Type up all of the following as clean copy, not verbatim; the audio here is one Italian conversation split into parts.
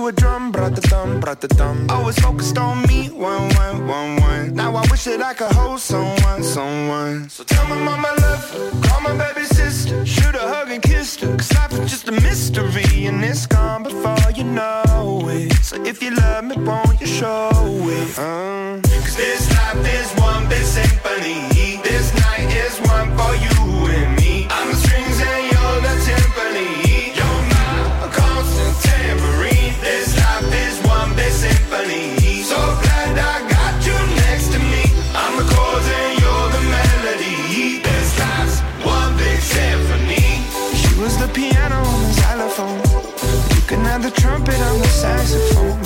to a drum, brat-a-dum, brat-a-dum. Always focused on me, one, one, one, one. Now I wish that I could hold someone, someone. So tell my mama I love her, call my baby sister, shoot a hug and kiss her. Cause life is just a mystery and it's gone before you know it. So if you love me, won't you show it? Cause this life is one big symphony. This night is one for you and me. I'm the strings and you're the timpani. You're my constant tambourine. This life is one big symphony. So glad I got you next to me. I'm the chords and you're the melody. This life's one big symphony. She was the piano on the xylophone. You can have the trumpet on the saxophone.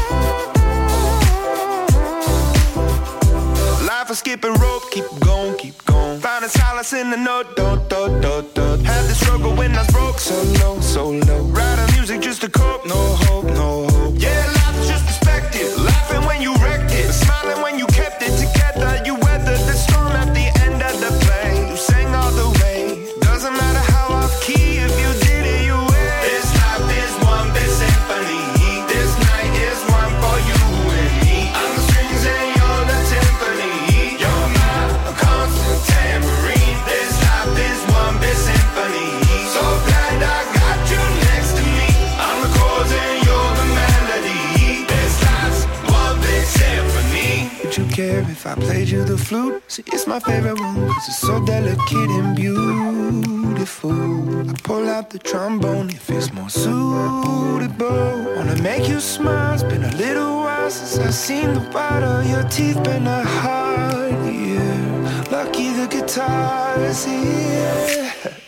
Life is skipping rope, keep going, keep going. Finding solace in the note, dot, dot, dot, dot. Had the struggle when I was broke, so low, so low. Writing music just to cope, no hope, no hope. Yeah, life is just perspective. Laughing when you wrecked it, smiling when you kept it together. You weathered the storm at the end of the play. You sang all the way. Doesn't matter how off key, if you did it, you win. This life is one big symphony. This night is one for you and me. I'm the strings and you're the timpani. You're my constant tambourine. This life is one big symphony. So glad I got you next to me. I'm the chords and you're the melody. This life's one big symphony. Would you care if I played you the flute? See, it's my favorite one, cause it's so delicate and beautiful. I pull out the trombone if it's more suitable. Wanna make you smile, it's been a little while since I've seen the white of your teeth. Been a hard year, lucky the guitar is here.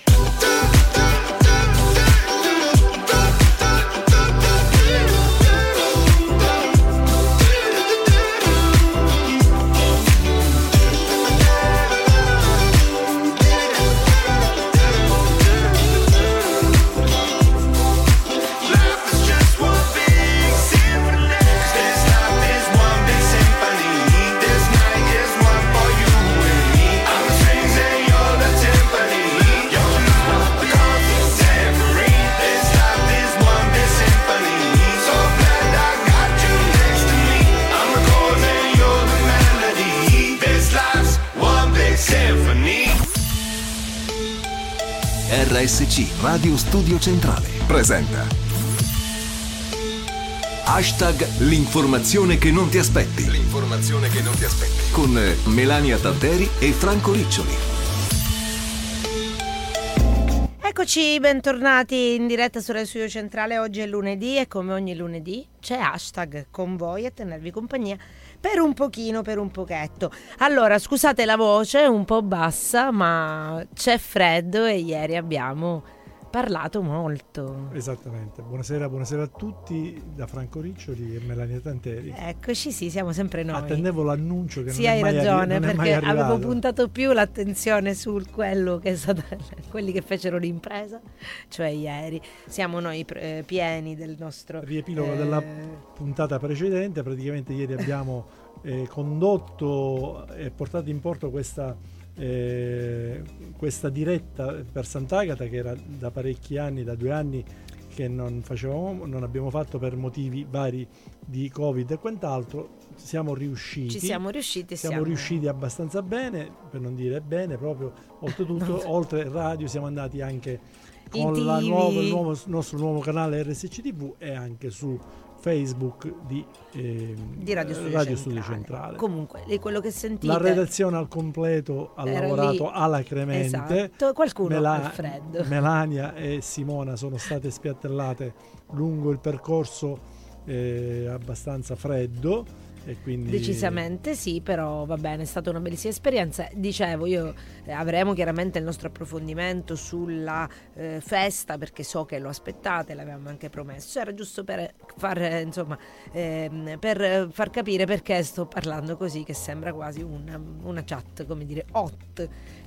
RSC Radio Studio Centrale presenta Hashtag l'informazione che non ti aspetti. L'informazione che non ti aspetti. Con Melania Tanteri e Franco Riccioli. Eccoci, bentornati in diretta su Radio Studio Centrale. Oggi è lunedì e come ogni lunedì c'è Hashtag con voi a tenervi compagnia per un pochino, per un pochetto. Allora, scusate la voce un po' bassa, ma c'è freddo e ieri abbiamo parlato molto. Esattamente. Buonasera a tutti da Franco Riccioli e Melania Tanteri. Eccoci, sì, siamo sempre noi. Attendevo l'annuncio che sì, non è hai mai ragione, non è mai perché arrivato. avevo puntato più l'attenzione su quello che è stato quelli che fecero l'impresa, cioè ieri. Siamo noi pieni del nostro riepilogo della puntata precedente. Praticamente ieri abbiamo condotto e portato in porto questa diretta per Sant'Agata, che era da parecchi anni, da 2 anni che non abbiamo fatto per motivi vari di Covid e quant'altro. Siamo riusciti abbastanza bene, per non dire bene proprio. Oltretutto oltre radio siamo andati anche con il nostro nuovo canale RSC TV e anche su Facebook di Radio Studio Centrale. Comunque, quello che sentite, la redazione al completo ha lavorato lì, alacremente. Esatto. Qualcuno ha freddo. Melania e Simona sono state spiattellate lungo il percorso abbastanza freddo. E quindi... Decisamente sì, però va bene, è stata una bellissima esperienza. Dicevo, io avremo chiaramente il nostro approfondimento sulla festa, perché so che lo aspettate, l'avevamo anche promesso. Era giusto per per far capire perché sto parlando così, che sembra quasi una chat, come dire, hot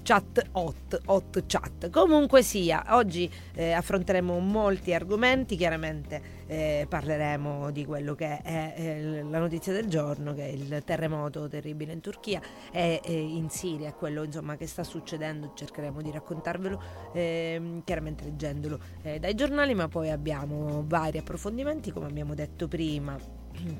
chat. Comunque sia, oggi affronteremo molti argomenti, chiaramente parleremo di quello che è la notizia del giorno, giorno, che è il terremoto terribile in Turchia e in Siria, è quello insomma che sta succedendo. Cercheremo di raccontarvelo chiaramente leggendolo dai giornali, ma poi abbiamo vari approfondimenti, come abbiamo detto prima.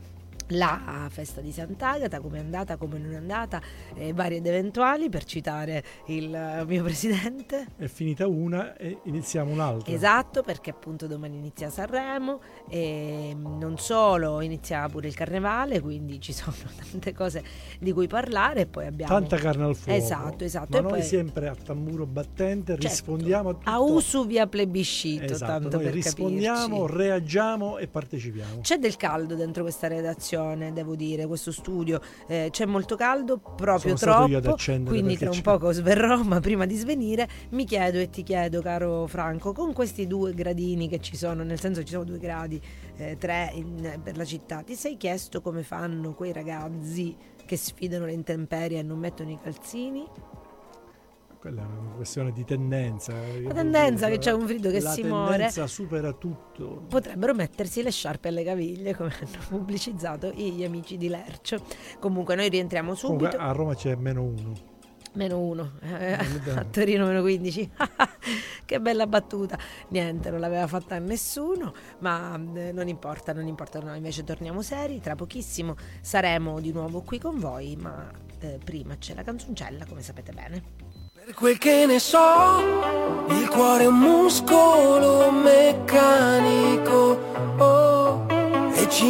La festa di Sant'Agata, come è andata, come non è andata, vari ed eventuali, per citare il mio presidente. È finita una e iniziamo un'altra. Esatto, perché appunto domani inizia Sanremo e non solo, inizia pure il carnevale, quindi ci sono tante cose di cui parlare e poi abbiamo tanta carne al fuoco. Esatto. Ma e noi poi, sempre a tamburo battente, certo, rispondiamo a tutto. A usu via plebiscito, esatto, tanto noi per rispondiamo, capirci. Reagiamo e partecipiamo. C'è del caldo dentro questa redazione, devo dire, questo studio, c'è molto caldo, proprio troppo, quindi tra un poco sverrò, ma prima di svenire mi chiedo e ti chiedo, caro Franco, con questi 2 gradini che ci sono, nel senso ci sono 2 gradi, 3 per la città, ti sei chiesto come fanno quei ragazzi che sfidano le intemperie e non mettono i calzini? Quella è una questione di tendenza. La tendenza che c'è un freddo che si muore. La tendenza supera tutto. Potrebbero mettersi le sciarpe alle caviglie, come hanno pubblicizzato gli amici di Lercio. Comunque noi rientriamo subito. Comunque a Roma c'è -1. -1, a Torino -15. Che bella battuta. Niente, non l'aveva fatta nessuno, ma non importa, noi invece torniamo seri. Tra pochissimo saremo di nuovo qui con voi, ma prima c'è la canzoncella, come sapete bene. Per quel che ne so, il cuore è un muscolo meccanico, oh, e ci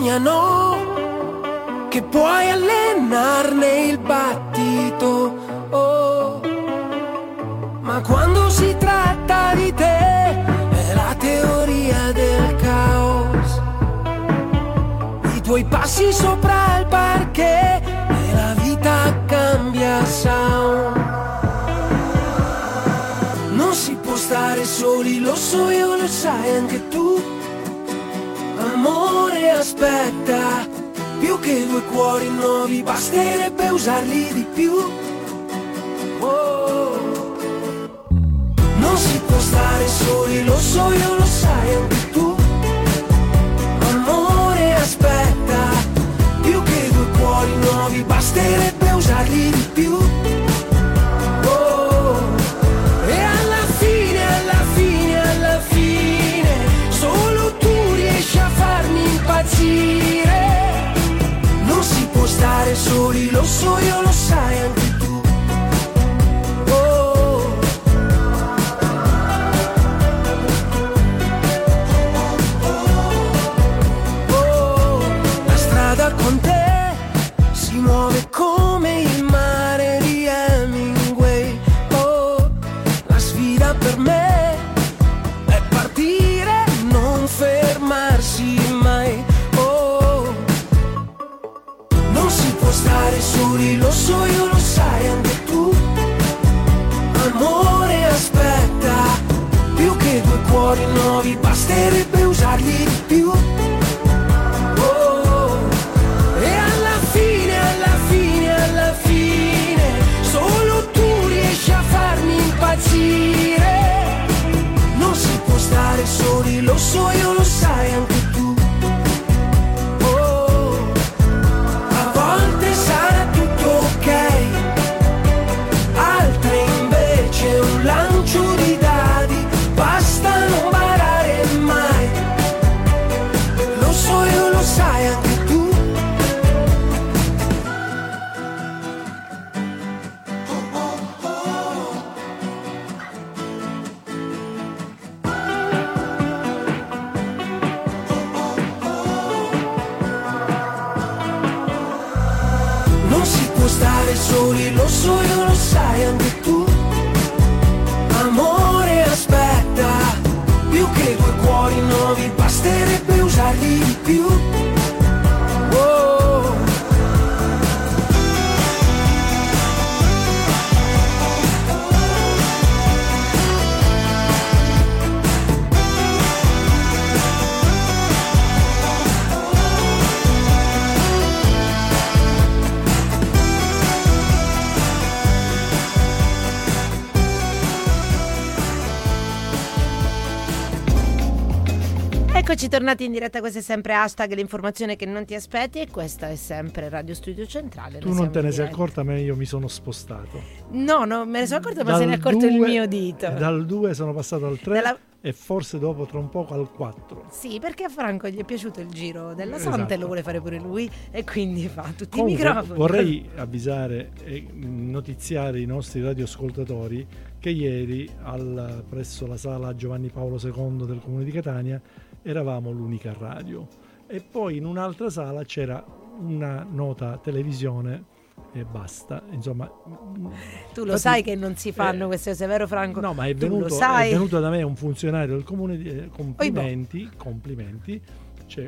insegnano che puoi allenarne il battito, oh, ma quando si tratta di te è la teoria del caos, i tuoi passi sopra il parquet e la vita cambia sound. Non si può stare soli, lo so io, lo sai anche tu. Amore, aspetta, più che 2 cuori nuovi, basterebbe usarli di più. Oh. Non si può stare soli, lo so io, lo sai anche tu. Amore, aspetta, più che 2 cuori nuovi, basterebbe usarli di più. Non si può stare soli, lo so io, lo sai anche tu. Oh. Oh. La strada con te si muove come il mare di Hemingway. Oh. La sfida per me è partire, non fermarsi mai. Stare soli, lo so io, lo sai anche tu. Amore, aspetta, più che 2 cuori nuovi, basterebbe usarli di più. Oh, e alla fine, solo tu riesci a farmi impazzire. Non si può stare soli, lo so io, lo sai anche tu. Soli, lo so io, lo sai anche tu. Amore, aspetta, più che 2 cuori nuovi, basterebbe usarli di più. Oh. Eccoci tornati in diretta, questo è sempre hashtag l'informazione che non ti aspetti e questa è sempre Radio Studio Centrale. Tu non te ne sei accorta, ma io mi sono spostato. No, me ne sono accorta, ma se ne è accorto il mio dito. Dal 2 sono passato al 3 e forse dopo tra un poco al 4. Sì, perché a Franco gli è piaciuto il giro della Santa, esatto. E lo vuole fare pure lui e quindi fa tutti Comunque, i microfoni. vorrei avvisare e notiziare i nostri radioascoltatori che ieri presso la sala Giovanni Paolo II del Comune di Catania eravamo l'unica radio, e poi in un'altra sala c'era una nota televisione e basta, insomma. Tu lo sai che non si fanno queste cose, vero Franco? No, ma è Tu venuto, lo sai. è venuto da me un funzionario del comune, complimenti, c'è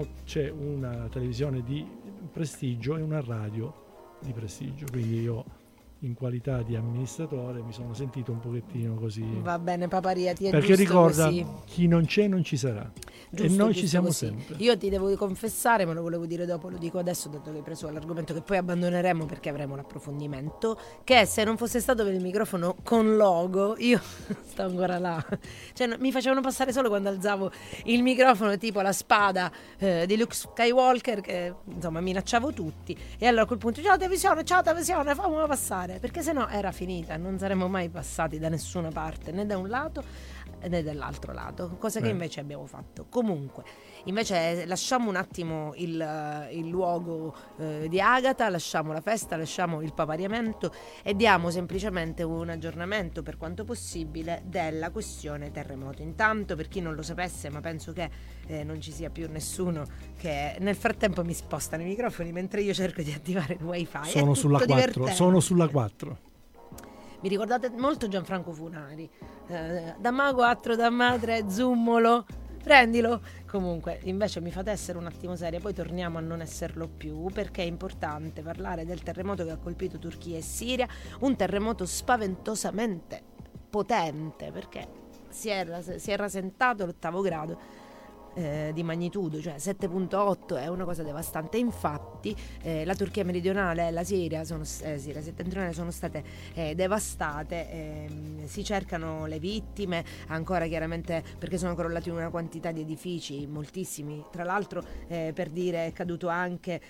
una televisione di prestigio e una radio di prestigio, quindi io in qualità di amministratore mi sono sentito un pochettino così. Va bene, Paparia, ti è perché giusto ricorda, così. Chi non c'è non ci sarà. Giusto, e noi ci siamo così. sempre. Io ti devo confessare, ma lo volevo dire dopo, lo dico adesso dato che hai preso l'argomento che poi abbandoneremo perché avremo l'approfondimento, che se non fosse stato per il microfono con logo io sto ancora là, cioè mi facevano passare solo quando alzavo il microfono tipo la spada di Luke Skywalker, che insomma minacciavo tutti, e allora a quel punto ciao televisione, fammi passare, perché sennò era finita, non saremmo mai passati da nessuna parte, né da un lato né dall'altro lato, cosa che invece abbiamo fatto. Comunque, invece lasciamo un attimo il luogo di Agata, lasciamo la festa, lasciamo il papariamento e diamo semplicemente un aggiornamento per quanto possibile della questione terremoto. Intanto, per chi non lo sapesse, ma penso che non ci sia più nessuno che nel frattempo mi spostano i microfoni mentre io cerco di attivare il wifi. Sono sulla 4, sono sulla 4. Mi ricordate molto Gianfranco Funari, da mago, attro da madre, zummolo, prendilo. Comunque, invece mi fate essere un attimo seria, poi torniamo a non esserlo più, perché è importante parlare del terremoto che ha colpito Turchia e Siria, un terremoto spaventosamente potente, perché si è rasentato l'8° grado di magnitudo, cioè 7.8, è una cosa devastante. Infatti la Turchia meridionale e la Siria settentrionale sono state devastate, si cercano le vittime ancora, chiaramente, perché sono crollati una quantità di edifici, moltissimi. Tra l'altro, per dire, è caduto anche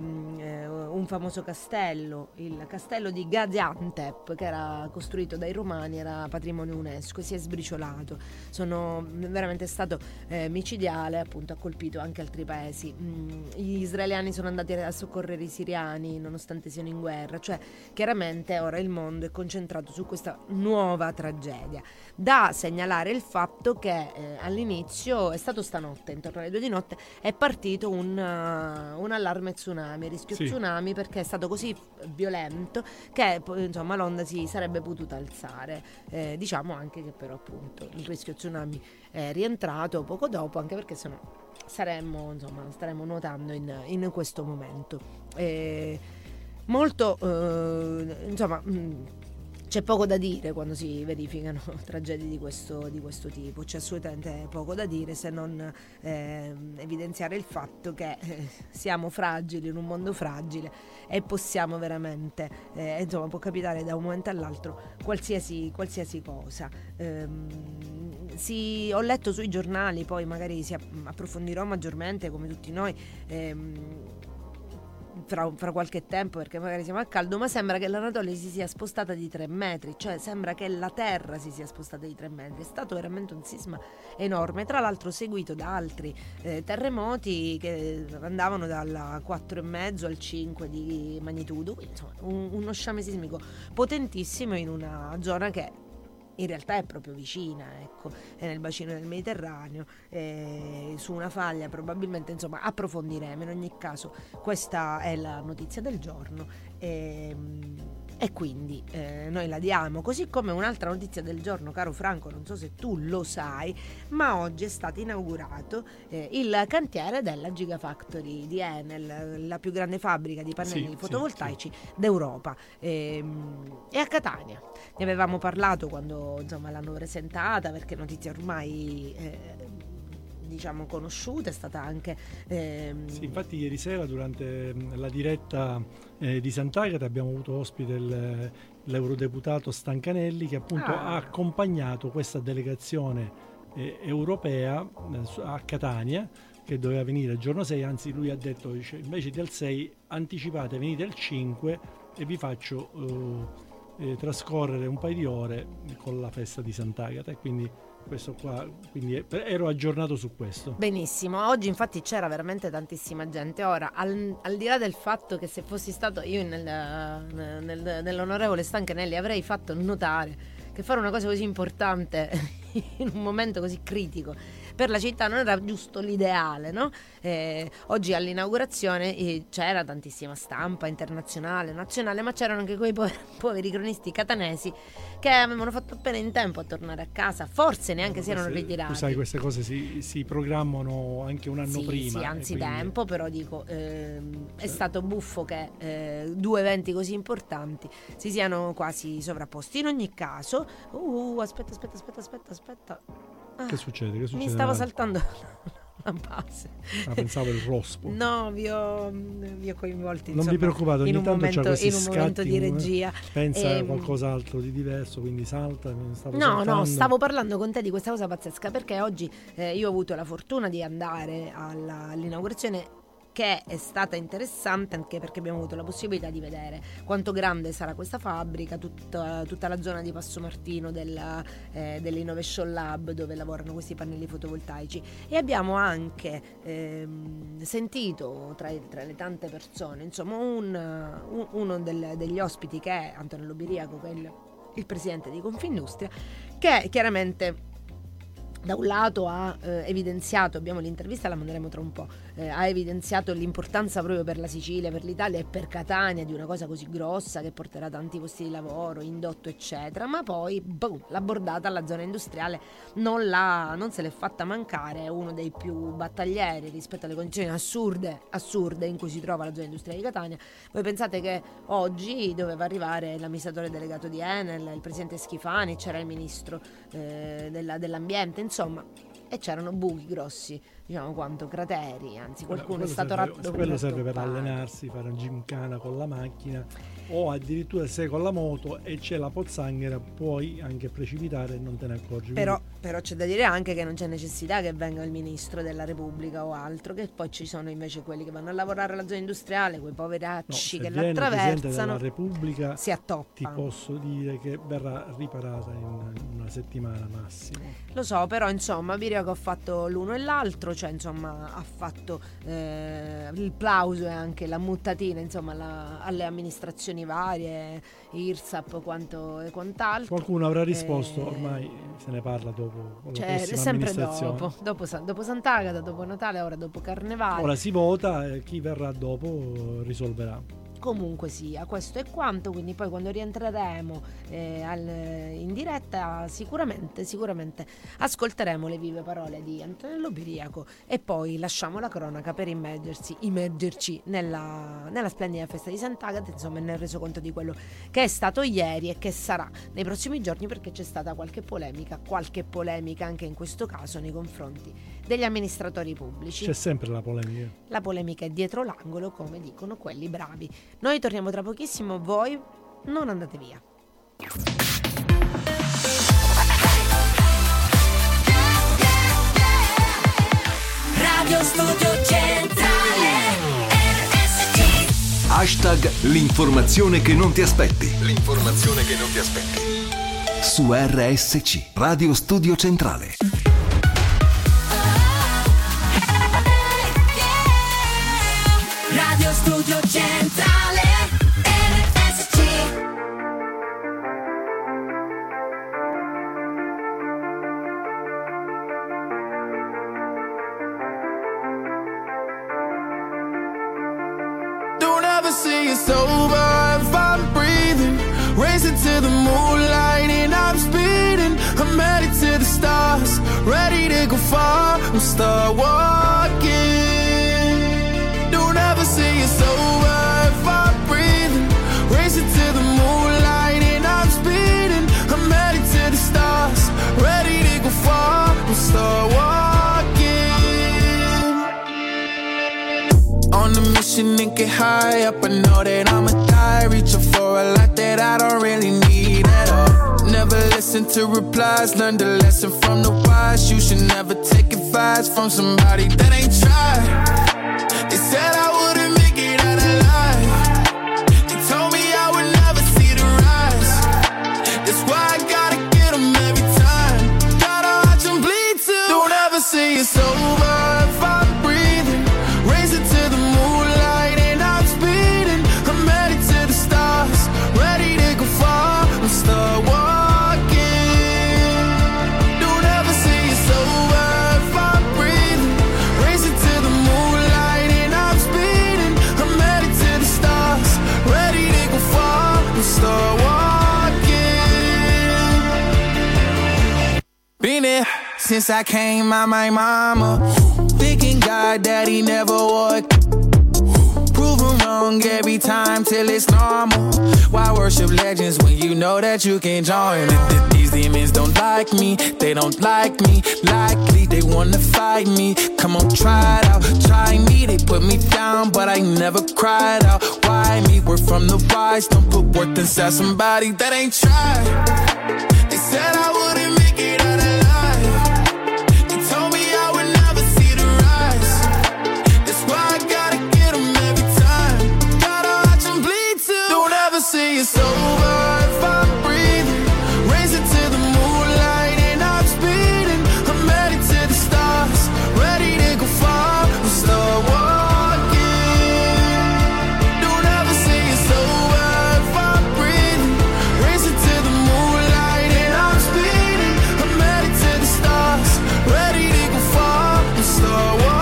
un famoso castello, il castello di Gaziantep, che era costruito dai romani, era patrimonio UNESCO, si è sbriciolato, sono veramente stato micidiale, appunto ha colpito anche altri paesi. Gli israeliani sono andati a soccorrere i siriani nonostante siano in guerra, cioè chiaramente ora il mondo è concentrato su questa nuova tragedia. Da segnalare il fatto che all'inizio è stato stanotte, intorno alle 2 di notte, è partito un allarme tsunami, rischio tsunami, perché è stato così violento che insomma l'onda si sarebbe potuta alzare. Diciamo anche che però appunto il rischio tsunami è rientrato poco dopo, anche perché sennò staremmo nuotando in questo momento. C'è poco da dire quando si verificano tragedie di questo tipo, c'è assolutamente poco da dire, se non evidenziare il fatto che siamo fragili in un mondo fragile e possiamo veramente, può capitare da un momento all'altro qualsiasi cosa. Ho letto sui giornali, poi magari approfondirò maggiormente come tutti noi, fra qualche tempo, perché magari siamo a caldo, ma sembra che l'Anatolia si sia spostata di 3 metri, cioè sembra che la terra si sia spostata di 3 metri. È stato veramente un sisma enorme, tra l'altro seguito da altri terremoti che andavano dalla 4,5 al 5 di magnitudo, quindi insomma uno sciame sismico potentissimo in una zona che in realtà è proprio vicina, ecco, è nel bacino del Mediterraneo, su una faglia probabilmente, insomma approfondiremo. In ogni caso questa è la notizia del giorno e quindi noi la diamo, così come un'altra notizia del giorno, caro Franco, non so se tu lo sai, ma oggi è stato inaugurato il cantiere della Gigafactory di Enel, la più grande fabbrica di pannelli fotovoltaici d'Europa, e a Catania. Ne avevamo parlato quando insomma l'hanno presentata, perché notizia ormai conosciuta, è stata anche infatti ieri sera durante la diretta di Sant'Agata abbiamo avuto ospite l'eurodeputato Stancanelli, che appunto ha accompagnato questa delegazione europea a Catania, che doveva venire il giorno 6, anzi lui ha detto, dice, invece del 6 anticipate, venite il 5 e vi faccio trascorrere un paio di ore con la festa di Sant'Agata, e quindi questo qua, quindi ero aggiornato su questo. Benissimo, oggi infatti c'era veramente tantissima gente. Ora, al di là del fatto che se fossi stato io nell'onorevole Stancanelli avrei fatto notare che fare una cosa così importante in un momento così critico per la città non era giusto l'ideale, no? Oggi all'inaugurazione c'era tantissima stampa internazionale, nazionale, ma c'erano anche quei poveri cronisti catanesi che avevano fatto appena in tempo a tornare a casa, forse neanche si erano ritirati. Tu sai, queste cose si programmano anche un anno prima. Sì, anzi quindi... tempo, però dico, è stato buffo che due eventi così importanti si siano quasi sovrapposti. In ogni caso, aspetta. Che succede? Mi stavo saltando la base. Pensavo il rospo. No, vi ho coinvolti. Non vi preoccupate, ogni tanto c'è questi in un momento di regia. Pensa a qualcos'altro di diverso, quindi salta. No, stavo parlando con te di questa cosa pazzesca, perché oggi io ho avuto la fortuna di andare all'inaugurazione, che è stata interessante anche perché abbiamo avuto la possibilità di vedere quanto grande sarà questa fabbrica, tutta la zona di Passo Martino dell'Innovation Lab, dove lavorano questi pannelli fotovoltaici, e abbiamo anche sentito tra le tante persone, insomma, uno degli ospiti, che è Antonello Biriaco, che è il presidente di Confindustria, che chiaramente da un lato ha evidenziato, abbiamo l'intervista, la manderemo tra un po', ha evidenziato l'importanza proprio per la Sicilia, per l'Italia e per Catania di una cosa così grossa che porterà tanti posti di lavoro, indotto eccetera, ma poi la bordata alla zona industriale non se l'è fatta mancare. È uno dei più battaglieri rispetto alle condizioni assurde in cui si trova la zona industriale di Catania. Voi pensate che oggi doveva arrivare l'amministratore delegato di Enel, il presidente Schifani, c'era il ministro dell'ambiente, insomma, e c'erano buchi grossi, diciamo quanto crateri, anzi qualcuno è stato ratto. Quello serve per allenarsi, fare un gymkhana con la macchina, o addirittura sei con la moto e c'è la pozzanghera, puoi anche precipitare e non te ne accorgi. Però c'è da dire anche che non c'è necessità che venga il ministro della Repubblica o altro, che poi ci sono invece quelli che vanno a lavorare alla zona industriale, quei poveracci che l'attraversano. Il Presidente della Repubblica si attoppa. Ti posso dire che verrà riparata in una settimana massimo. Lo so, però insomma Biriaco ha fatto l'uno e l'altro, cioè insomma ha fatto il plauso e anche la muttatina, insomma, alle amministrazioni varie, IRSAP e quant'altro. Qualcuno avrà risposto, ormai se ne parla dopo, cioè, sempre dopo Sant'Agata, dopo Natale, ora dopo Carnevale. Ora si vota e chi verrà dopo risolverà. Comunque sia, questo è quanto, quindi poi quando rientreremo in diretta sicuramente ascolteremo le vive parole di Antonello Biriaco e poi lasciamo la cronaca per immergerci nella splendida festa di Sant'Agata, insomma, nel resoconto di quello che è stato ieri e che sarà nei prossimi giorni, perché c'è stata qualche polemica anche in questo caso nei confronti degli amministratori pubblici. C'è sempre la polemica. La polemica è dietro l'angolo, come dicono quelli bravi. Noi torniamo tra pochissimo, voi non andate via. Radio Studio Centrale RSC. Hashtag l'informazione che non ti aspetti. Su RSC, Radio Studio Centrale. Radio Studio Centrale RSC. Don't ever see it's over if I'm breathing. Racing to the moonlight and I'm speeding. I'm headed to the stars, ready to go far. I'm start walking. Don't ever see it's over if I'm breathing. Racing to the moonlight and I'm speeding. I'm headed to the stars, ready to go far. I'm start walking. On a mission and get high up, I know that I'ma die. Reaching for a light that I don't really need at all. Never listen listen to replies, learn the lesson from the wise. You should never take advice from somebody that ain't tried. They said I wouldn't make it out alive. They told me I would never see the rise. That's why I gotta get them every time. Gotta watch them bleed too. Don't ever say it's over if I'm breathing. Raise it to the moonlight and I'm speeding. I'm headed to the stars, ready to go far. I'm start walking. Don't ever say it's over if I'm breathing. Raise it to the moonlight and I'm speeding. I'm headed to the stars, ready to go far. I'm start walking. Been there since I came out my mama. Thinking God that he never would. Proven wrong every time till it's normal. Why worship legends when you know that you can join? These demons don't like me, they don't like me. Likely they wanna fight me. Come on, try it out, try me. They put me down, but I never cried out. Why me? We're from the wise. Don't put worth inside somebody that ain't tried. They said I wouldn't make it out alive. They told me I would never see the rise. That's why I gotta get them every time. Gotta watch them bleed too. Don't ever say it's over if I'm breathing. Raise it to the moonlight and I'm speeding. I'm headed to the stars, ready to go far. I'm start walking. Don't ever say it's over if I'm breathing. Raise it to the moonlight and I'm speeding. I'm headed to the stars, ready to go far. I'm start walking.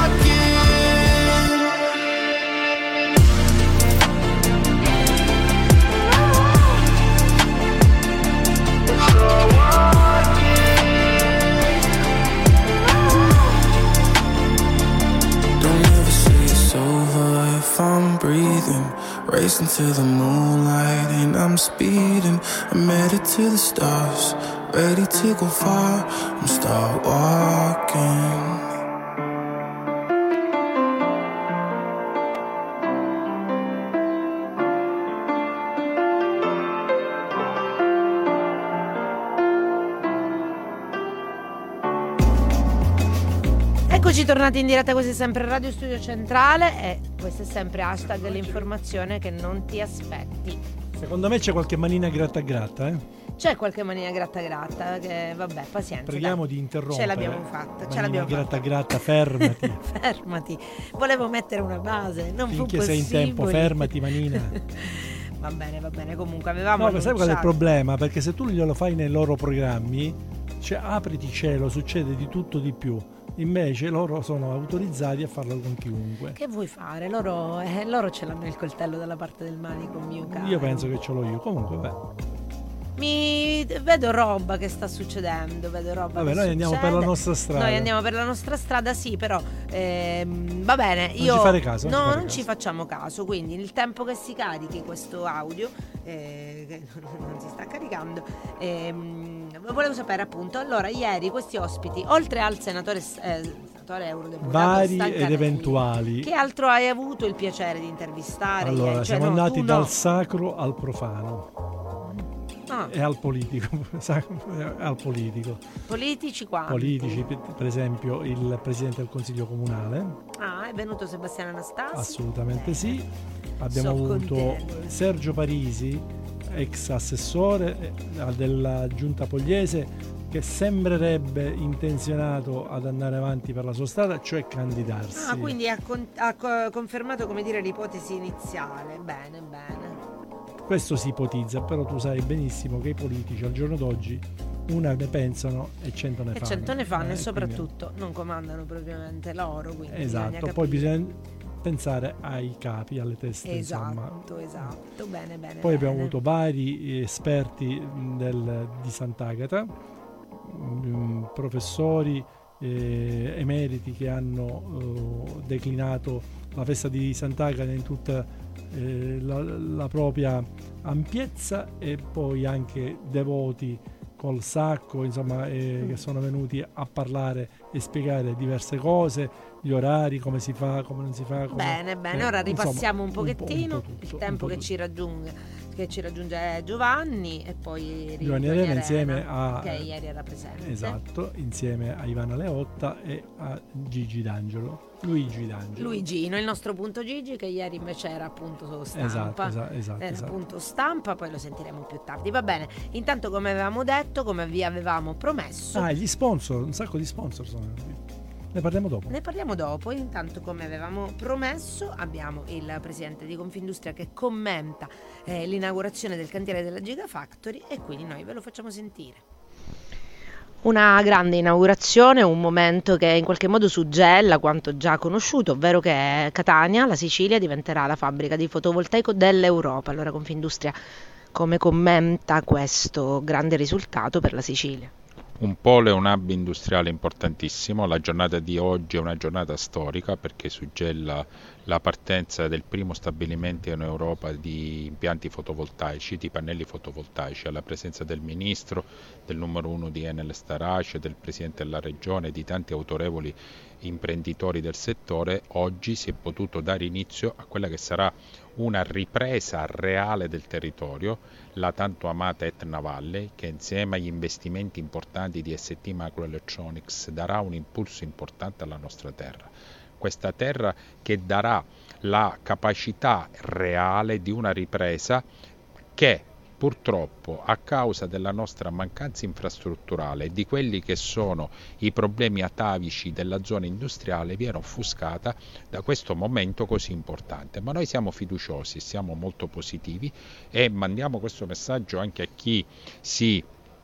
Don't ever say it's over if I'm breathing. Racing to the moonlight and I'm speeding. I'm headed to the stars, ready to go far. I'm start walking. Eccoci tornati in diretta, questo è sempre Radio Studio Centrale e questo è sempre hashtag l'informazione che non ti aspetti. Secondo me c'è qualche manina gratta gratta, C'è qualche manina gratta gratta che vabbè, pazienza. Preghiamo dai. di interrompere. Ce l'abbiamo fatta, ce Manina l'abbiamo gratta fatta. gratta, fermati. Fermati. Volevo mettere una base, non fu Finché possibile. sei in tempo, fermati manina. Va bene, comunque avevamo No, sai qual è il annunciato. problema? Perché se tu glielo fai nei loro programmi, cioè apriti cielo, succede di tutto di più. Invece loro sono autorizzati a farlo con chiunque. Che vuoi fare? Loro ce l'hanno il coltello dalla parte del manico, mio caro. Io penso che ce l'ho io. Comunque, beh. Vedo roba che sta succedendo, Vabbè, noi andiamo per la nostra strada. Noi andiamo per la nostra strada, sì, però va bene. Non ci fare caso. No, non ci facciamo caso. Quindi nel tempo che si carichi questo audio, che non si sta caricando, volevo sapere appunto. Allora, ieri questi ospiti, oltre al senatore eurodeputato vari Stancanelli, ed eventuali. che altro hai avuto il piacere di intervistare? Allora, ieri? siamo no, andati tu dal no. sacro al profano. E al politico. Al politico. Politici quanti? Politici, per esempio il presidente del consiglio comunale. Ah, è venuto Sebastiano Anastasi? Assolutamente sì. Abbiamo avuto contenta. Sergio Parisi, ex assessore della giunta Pogliese, che sembrerebbe intenzionato ad andare avanti per la sua strada, cioè candidarsi. Ah, quindi ha confermato, come dire, l'ipotesi iniziale. Bene. Questo si ipotizza, però tu sai benissimo che i politici al giorno d'oggi una ne pensano e 100 ne fanno. E 100 ne fanno, e quindi soprattutto non comandano propriamente loro. Quindi esatto, poi bisogna pensare ai capi, alle teste. Esatto, bene. Poi abbiamo avuto vari esperti di Sant'Agata, professori emeriti che hanno declinato la festa di Sant'Agata in tutta la propria ampiezza, e poi anche devoti col sacco, insomma, che sono venuti a parlare e spiegare diverse cose, gli orari, come si fa, come non si fa. Bene, ora ripassiamo insomma, un pochettino un po' tutto, il tempo che ci raggiunge. che ci raggiunge Giovanni e poi Giovanni Arena insieme a che ieri era presente. Esatto, insieme a Ivana Leotta e a Luigi D'Angelo, Luigino, il nostro punto Gigi, che ieri invece era appunto stampa. Esatto. Punto stampa, poi lo sentiremo più tardi. Va bene, intanto come avevamo detto, come vi avevamo promesso, gli sponsor, un sacco di sponsor sono qui. Ne parliamo dopo. Intanto, come avevamo promesso, abbiamo il presidente di Confindustria che commenta l'inaugurazione del cantiere della Gigafactory e quindi noi ve lo facciamo sentire. Una grande inaugurazione, un momento che in qualche modo suggella quanto già conosciuto, ovvero che Catania, la Sicilia, diventerà la fabbrica di fotovoltaico dell'Europa. Allora Confindustria come commenta questo grande risultato per la Sicilia? Un polo è un hub industriale importantissimo, la giornata di oggi è una giornata storica perché suggella la partenza del primo stabilimento in Europa di impianti fotovoltaici, di pannelli fotovoltaici, alla presenza del ministro, del numero 1 di Enel Starace, del presidente della regione, di tanti autorevoli imprenditori del settore. Oggi si è potuto dare inizio a quella che sarà una ripresa reale del territorio, la tanto amata Etna Valley, che insieme agli investimenti importanti di ST Microelectronics darà un impulso importante alla nostra terra. Questa terra che darà la capacità reale di una ripresa che purtroppo a causa della nostra mancanza infrastrutturale e di quelli che sono i problemi atavici della zona industriale viene offuscata da questo momento così importante. Ma noi siamo fiduciosi, siamo molto positivi e mandiamo questo messaggio anche a chi si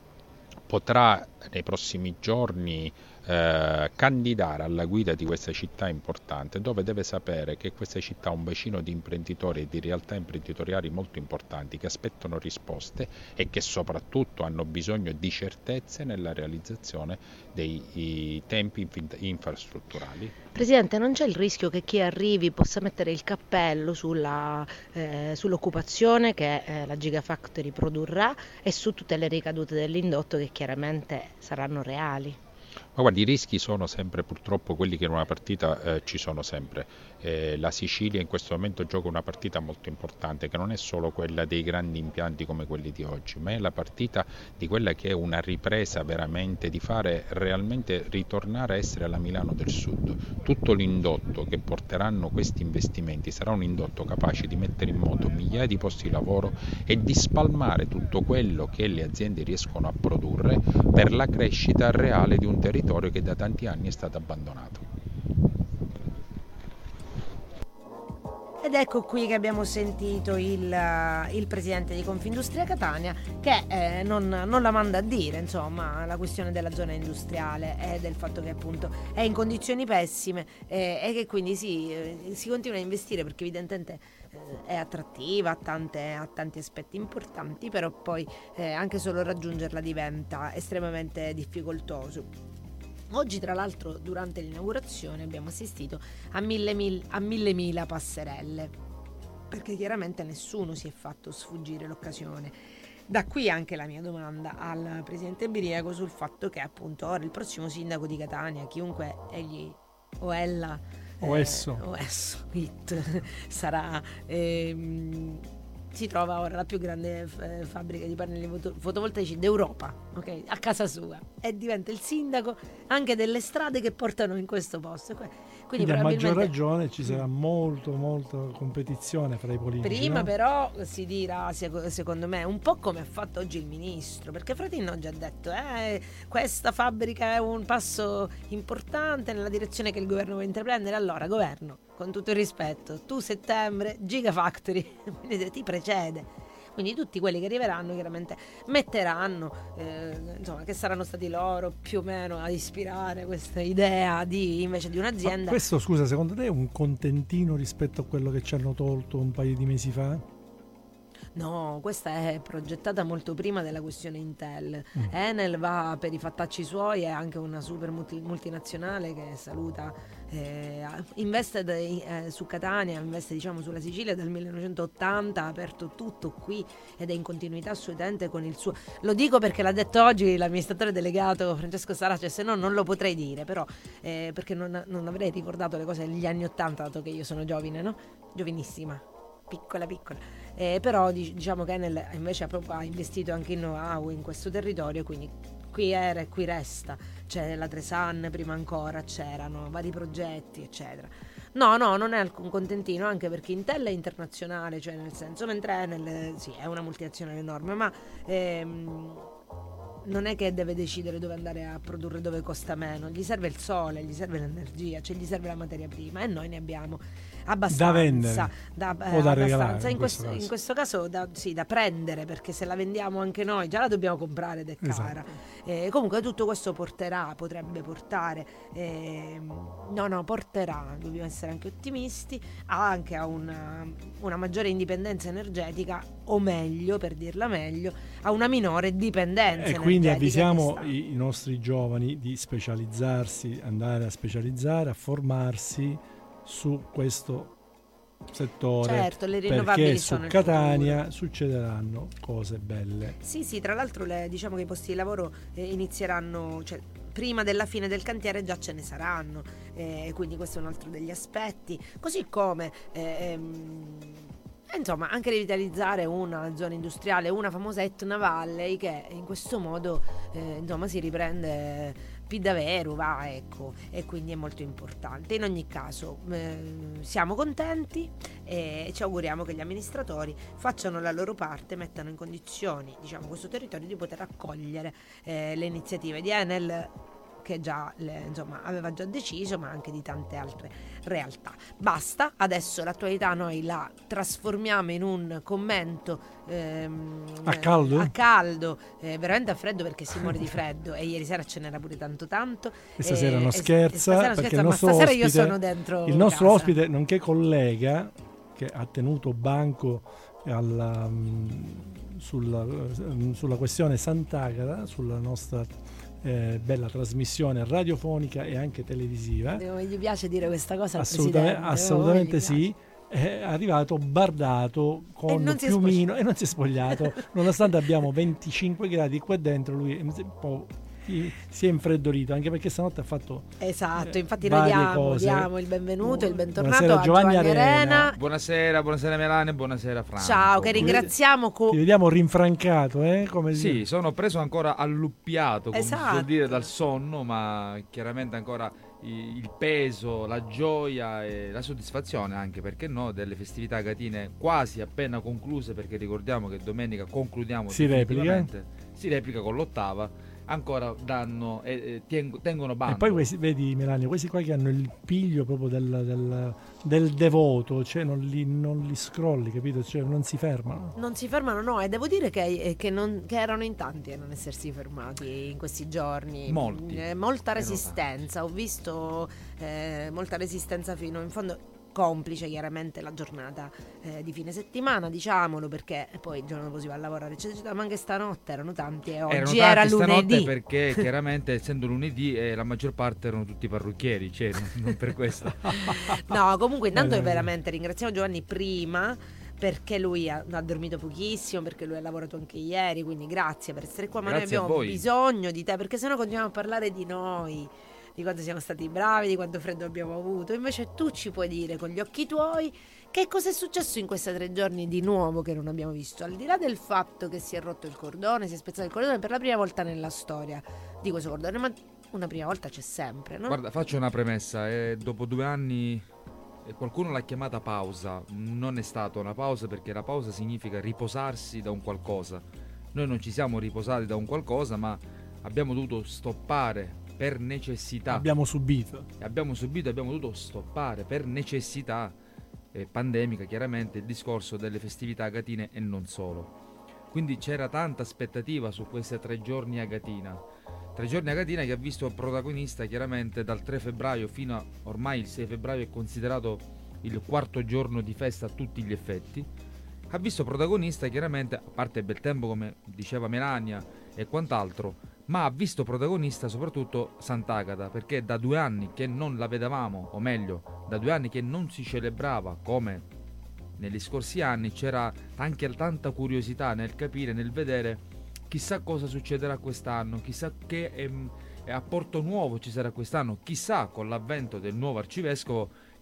potrà nei prossimi giorni candidare alla guida di questa città importante, dove deve sapere che questa città ha un bacino di imprenditori e di realtà imprenditoriali molto importanti che aspettano risposte e che soprattutto hanno bisogno di certezze nella realizzazione dei tempi infrastrutturali. Presidente, non c'è il rischio che chi arrivi possa mettere il cappello sull'occupazione che la Gigafactory produrrà e su tutte le ricadute dell'indotto che chiaramente saranno reali? Ma guardi, i rischi sono sempre purtroppo quelli che in una partita ci sono sempre. La Sicilia in questo momento gioca una partita molto importante che non è solo quella dei grandi impianti come quelli di oggi, ma è la partita di quella che è una ripresa veramente di fare realmente ritornare a essere la Milano del Sud. Tutto l'indotto che porteranno questi investimenti sarà un indotto capace di mettere in moto migliaia di posti di lavoro e di spalmare tutto quello che le aziende riescono a produrre per la crescita reale di un territorio che da tanti anni è stato abbandonato. Ed ecco qui che abbiamo sentito il presidente di Confindustria Catania che non la manda a dire, insomma, la questione della zona industriale e del fatto che appunto è in condizioni pessime e che quindi si continua a investire perché evidentemente è attrattiva, ha tanti aspetti importanti, però poi anche solo raggiungerla diventa estremamente difficoltoso. Oggi tra l'altro durante l'inaugurazione abbiamo assistito a mille passerelle, perché chiaramente nessuno si è fatto sfuggire l'occasione. Da qui anche la mia domanda al presidente Biriaco sul fatto che appunto ora il prossimo sindaco di Catania, chiunque egli o ella o esso sarà, si trova ora la più grande fabbrica di pannelli fotovoltaici d'Europa, ok? A casa sua, e diventa il sindaco anche delle strade che portano in questo posto. Quindi a maggior ragione ci sarà molta competizione fra i politici. Prima no? però si dirà, secondo me, un po' come ha fatto oggi il ministro, perché Fratini oggi ha detto questa fabbrica è un passo importante nella direzione che il governo vuole intraprendere. Allora, governo, con tutto il rispetto, tu settembre, Gigafactory ti precede. Quindi tutti quelli che arriveranno chiaramente metteranno, insomma, che saranno stati loro più o meno a ispirare questa idea invece di un'azienda. Ma questo, scusa, secondo te è un contentino rispetto a quello che ci hanno tolto un paio di mesi fa? No, questa è progettata molto prima della questione Intel. Enel va per i fattacci suoi, è anche una super multinazionale che saluta, investe su Catania, investe diciamo sulla Sicilia dal 1980, ha aperto tutto qui ed è in continuità assolutamente con il suo. Lo dico perché l'ha detto oggi l'amministratore delegato Francesco Sarace, se no non lo potrei dire, però perché non avrei ricordato le cose degli anni 80, dato che io sono giovine, no? Giovanissima, piccola. però diciamo che Enel invece ha investito anche in know-how in questo territorio, quindi qui era e qui resta. C'è la Tresan, prima ancora c'erano vari progetti eccetera. No, non è alcun contentino, anche perché Intel è internazionale, cioè nel senso, mentre Enel sì, è una multinazionale enorme, ma non è che deve decidere dove andare a produrre, dove costa meno. Gli serve il sole, gli serve l'energia, cioè gli serve la materia prima, e noi ne abbiamo abbastanza da vendere o da regalare in questo caso da prendere, perché se la vendiamo anche noi già la dobbiamo comprare ed è cara. Esatto. Comunque tutto questo potrebbe portare porterà, dobbiamo essere anche ottimisti, anche a una maggiore indipendenza energetica, o meglio, per dirla meglio, a una minore dipendenza e quindi energetica. avvisiamo i nostri giovani di specializzarsi, andare a specializzare, a formarsi su questo settore, certo, le rinnovabili perché sono su il Catania futuro. Succederanno cose belle. Sì, tra l'altro diciamo che i posti di lavoro inizieranno, cioè prima della fine del cantiere già ce ne saranno, quindi questo è un altro degli aspetti, così come insomma anche rivitalizzare una zona industriale, una famosa Etna Valley, che in questo modo insomma si riprende più davvero, ecco, e quindi è molto importante. In ogni caso siamo contenti e ci auguriamo che gli amministratori facciano la loro parte, mettano in condizioni, diciamo, questo territorio di poter accogliere le iniziative di Enel, che già aveva già deciso, ma anche di tante altre realtà. Basta, adesso l'attualità noi la trasformiamo in un commento a caldo, veramente a freddo, perché si muore di freddo e ieri sera ce n'era pure tanto e stasera non scherza, perché ma stasera io sono dentro il nostro casa. ospite, nonché collega, che ha tenuto banco sulla questione Sant'Agata, sulla nostra bella trasmissione radiofonica e anche televisiva. Gli piace dire questa cosa al assolutamente Presidente? Sì. È arrivato bardato con piumino e non si è spogliato nonostante abbiamo 25 gradi qua dentro. Lui è un po' si è infreddolito, anche perché stanotte ha fatto infatti noi diamo il benvenuto e il bentornato a Giovanni Arena. Buonasera Melania, buonasera Franco. Ciao, che ringraziamo. Ti vediamo rinfrancato, come sì, sono preso ancora alluppiato, come si esatto, può dire, dal sonno, ma chiaramente ancora il peso, la gioia e la soddisfazione, anche perché no, delle festività agatine quasi appena concluse, perché ricordiamo che domenica concludiamo, si replica con l'8ª. Ancora danno tengono bando. E poi vedi Melania, questi qua che hanno il piglio proprio del devoto, cioè non li scrolli, capito? Cioè non si fermano, no, e devo dire che erano in tanti a non essersi fermati in questi giorni. Molta resistenza, ho visto molta resistenza fino in fondo, complice chiaramente la giornata di fine settimana, diciamolo, perché poi il giorno dopo si va a lavorare, ma anche stanotte erano tanti e oggi era lunedì, perché chiaramente essendo lunedì la maggior parte erano tutti parrucchieri, cioè non per questo. No, comunque intanto veramente ringraziamo Giovanni prima, perché lui ha dormito pochissimo, perché lui ha lavorato anche ieri, quindi grazie per essere qua, ma grazie, noi abbiamo bisogno di te, perché sennò continuiamo a parlare di noi, di quanto siamo stati bravi, di quanto freddo abbiamo avuto. Invece tu ci puoi dire con gli occhi tuoi che cosa è successo in questi 3 giorni di nuovo che non abbiamo visto, al di là del fatto che si è rotto il cordone, si è spezzato il cordone per la prima volta nella storia di questo cordone, ma una prima volta c'è sempre, no? Guarda, faccio una premessa, dopo 2 anni qualcuno l'ha chiamata pausa, non è stata una pausa, perché la pausa significa riposarsi da un qualcosa. Noi non ci siamo riposati da un qualcosa, ma abbiamo dovuto stoppare per necessità. Abbiamo subito, abbiamo dovuto stoppare per necessità pandemica, chiaramente, il discorso delle festività agatine e non solo. Quindi c'era tanta aspettativa su questi 3 giorni agatina. 3 giorni agatina che ha visto protagonista chiaramente dal 3 febbraio fino a ormai il 6 febbraio, è considerato il 4º giorno di festa a tutti gli effetti. Ha visto protagonista chiaramente, a parte il bel tempo come diceva Melania e quant'altro, ma ha visto protagonista soprattutto Sant'Agata, perché da 2 anni che non la vedevamo, o meglio, da 2 anni che non si celebrava come negli scorsi anni, c'era anche tanta curiosità nel capire, nel vedere chissà cosa succederà quest'anno, chissà che apporto nuovo ci sarà quest'anno, chissà con l'avvento del nuovo arcivescovo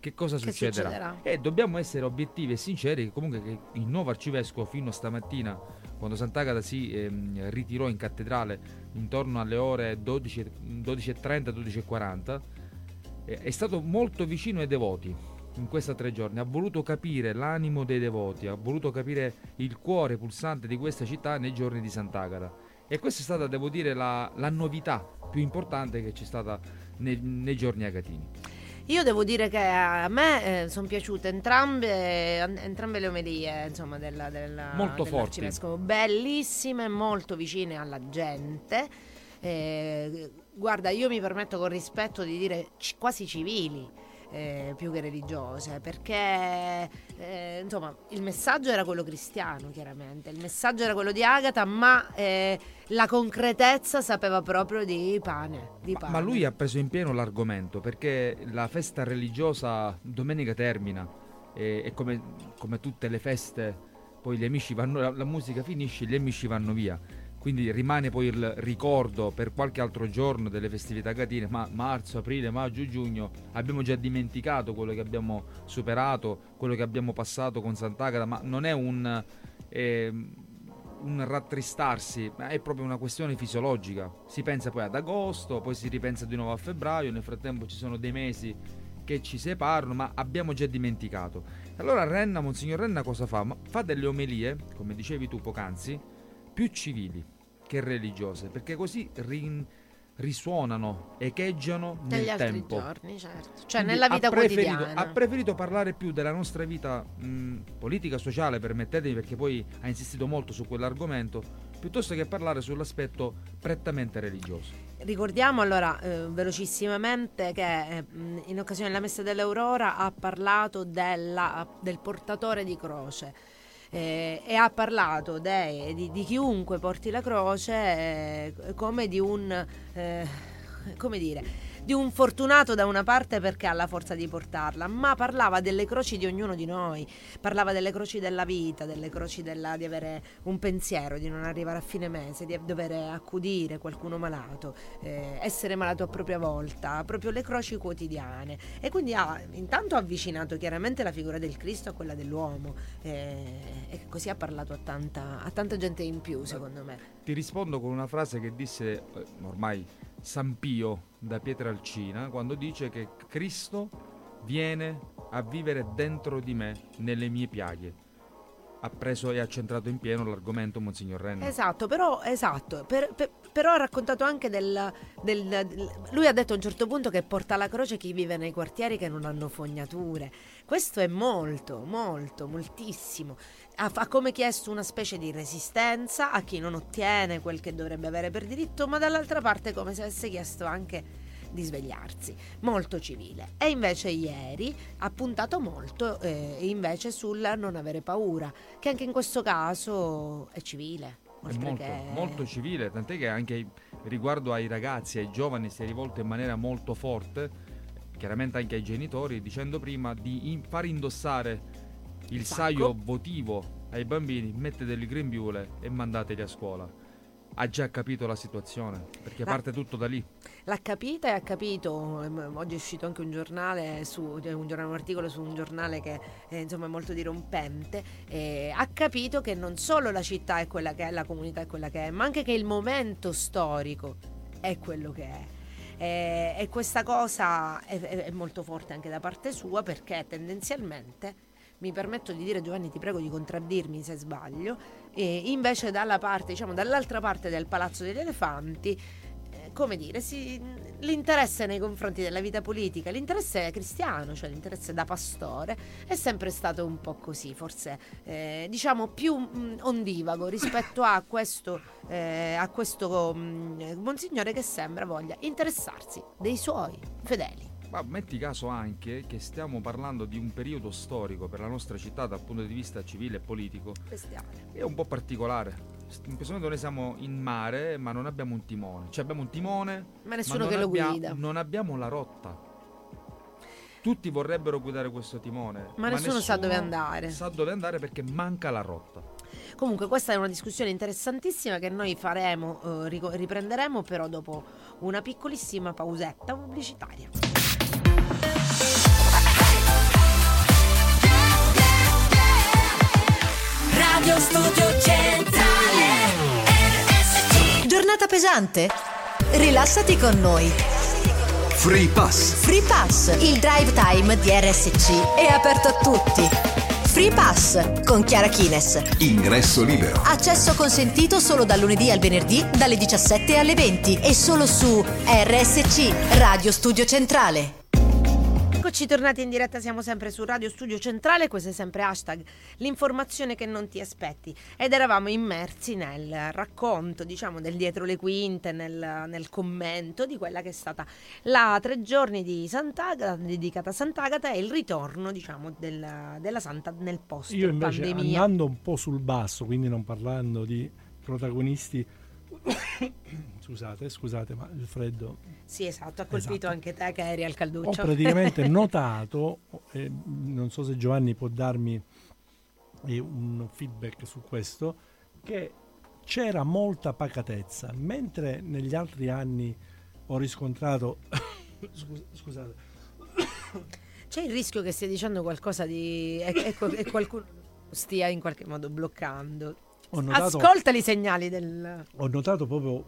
che cosa succederà. E dobbiamo essere obiettivi e sinceri che comunque che il nuovo arcivescovo fino a stamattina, quando Sant'Agata si ritirò in cattedrale intorno alle ore 12:30, 12:40, è stato molto vicino ai devoti in questi 3 giorni, ha voluto capire l'animo dei devoti, ha voluto capire il cuore pulsante di questa città nei giorni di Sant'Agata, e questa è stata, devo dire, la novità più importante che c'è stata nei giorni agatini. Io devo dire che a me sono piaciute entrambe le omelie, insomma, molto dell'arcivescovo, bellissime, molto vicine alla gente. Guarda, io mi permetto con rispetto di dire quasi civili, più che religiose, perché insomma il messaggio era quello cristiano, chiaramente il messaggio era quello di Agata, ma la concretezza sapeva proprio di pane. Ma lui ha preso in pieno l'argomento, perché la festa religiosa domenica termina e come tutte le feste poi gli amici vanno, la musica finisce, gli amici vanno via, quindi rimane poi il ricordo per qualche altro giorno delle festività agatine, ma marzo, aprile, maggio, giugno abbiamo già dimenticato quello che abbiamo superato, quello che abbiamo passato con Sant'Agata, ma non è un rattristarsi, ma è proprio una questione fisiologica. Si pensa poi ad agosto, poi si ripensa di nuovo a febbraio, nel frattempo ci sono dei mesi che ci separano, ma abbiamo già dimenticato. Allora Monsignor Renna cosa fa? Fa delle omelie, come dicevi tu poc'anzi, più civili che religiose, perché così risuonano, echeggiano nel tempo. Negli altri giorni, certo. Cioè nella vita quotidiana. Ha preferito parlare più della nostra vita politica, sociale, permettetemi, perché poi ha insistito molto su quell'argomento, piuttosto che parlare sull'aspetto prettamente religioso. Ricordiamo allora velocissimamente che in occasione della Messa dell'Aurora ha parlato del portatore di croce. E ha parlato di chiunque porti la croce come di un di un fortunato da una parte perché ha la forza di portarla, ma parlava delle croci di ognuno di noi, parlava delle croci della vita, delle croci di avere un pensiero, di non arrivare a fine mese, di dover accudire qualcuno malato, essere malato a propria volta, proprio le croci quotidiane. E quindi ha intanto avvicinato chiaramente la figura del Cristo a quella dell'uomo, e così ha parlato a tanta gente in più, secondo me. Ti rispondo con una frase che disse ormai San Pio da Pietralcina, quando dice che Cristo viene a vivere dentro di me, nelle mie piaghe. Ha preso e ha centrato in pieno l'argomento Monsignor Renna. Però ha raccontato anche lui ha detto a un certo punto che porta la croce chi vive nei quartieri che non hanno fognature. Questo è moltissimo. Ha come chiesto una specie di resistenza a chi non ottiene quel che dovrebbe avere per diritto, ma dall'altra parte come se avesse chiesto anche di svegliarsi, molto civile. E invece ieri ha puntato molto invece sul non avere paura, che anche in questo caso è civile. È molto civile, tant'è che anche riguardo ai ragazzi, ai giovani, si è rivolto in maniera molto forte, chiaramente anche ai genitori, dicendo prima di far indossare il saio votivo ai bambini, metteteli grembiule e mandateli a scuola. Ha già capito la situazione, perché parte tutto da lì. L'ha capita e ha capito. Oggi è uscito anche un articolo su un giornale che insomma è molto dirompente. Ha capito che non solo la città è quella che è, la comunità è quella che è, ma anche che il momento storico è quello che è. E questa cosa è molto forte anche da parte sua, perché tendenzialmente, mi permetto di dire, Giovanni, ti prego di contraddirmi se sbaglio, invece dall'altra parte del Palazzo degli Elefanti, l'interesse nei confronti della vita politica, l'interesse cristiano, cioè l'interesse da pastore, è sempre stato un po' così, forse più ondivago rispetto a questo monsignore che sembra voglia interessarsi dei suoi fedeli. Ma metti caso anche che stiamo parlando di un periodo storico per la nostra città dal punto di vista civile e politico. Bestiale. È un po' particolare. In questo momento noi siamo in mare, ma non abbiamo un timone. Cioè abbiamo un timone, ma nessuno che lo guida. Non abbiamo la rotta. Tutti vorrebbero guidare questo timone, ma nessuno sa dove andare. Sa dove andare perché manca la rotta. Comunque questa è una discussione interessantissima che noi riprenderemo però dopo una piccolissima pausetta pubblicitaria. Radio Studio Centrale RSC. Giornata pesante? Rilassati con noi. Free Pass. Free Pass, il drive time di RSC è aperto a tutti. Free Pass con Chiara Kines. Ingresso libero. Accesso consentito solo dal lunedì al venerdì dalle 17 alle 20 e solo su RSC, Radio Studio Centrale. Eccoci tornati in diretta, siamo sempre su Radio Studio Centrale, questo è sempre hashtag l'informazione che non ti aspetti, ed eravamo immersi nel racconto, diciamo, del dietro le quinte, nel commento di quella che è stata la 3 giorni di Sant'Agata, dedicata a Sant'Agata, e il ritorno, diciamo, della Santa nel post Io invece, pandemia. andando un po' sul basso, quindi non parlando di protagonisti scusate, ma il freddo. Sì, esatto, ha colpito anche te che eri al Ho calduccio. praticamente notato, non so se Giovanni può darmi un feedback su questo, che c'era molta pacatezza, mentre negli altri anni ho riscontrato scusate, C'è il rischio che stia dicendo qualcosa di e qualcuno stia in qualche modo bloccando. Ascolta i segnali del... Ho notato proprio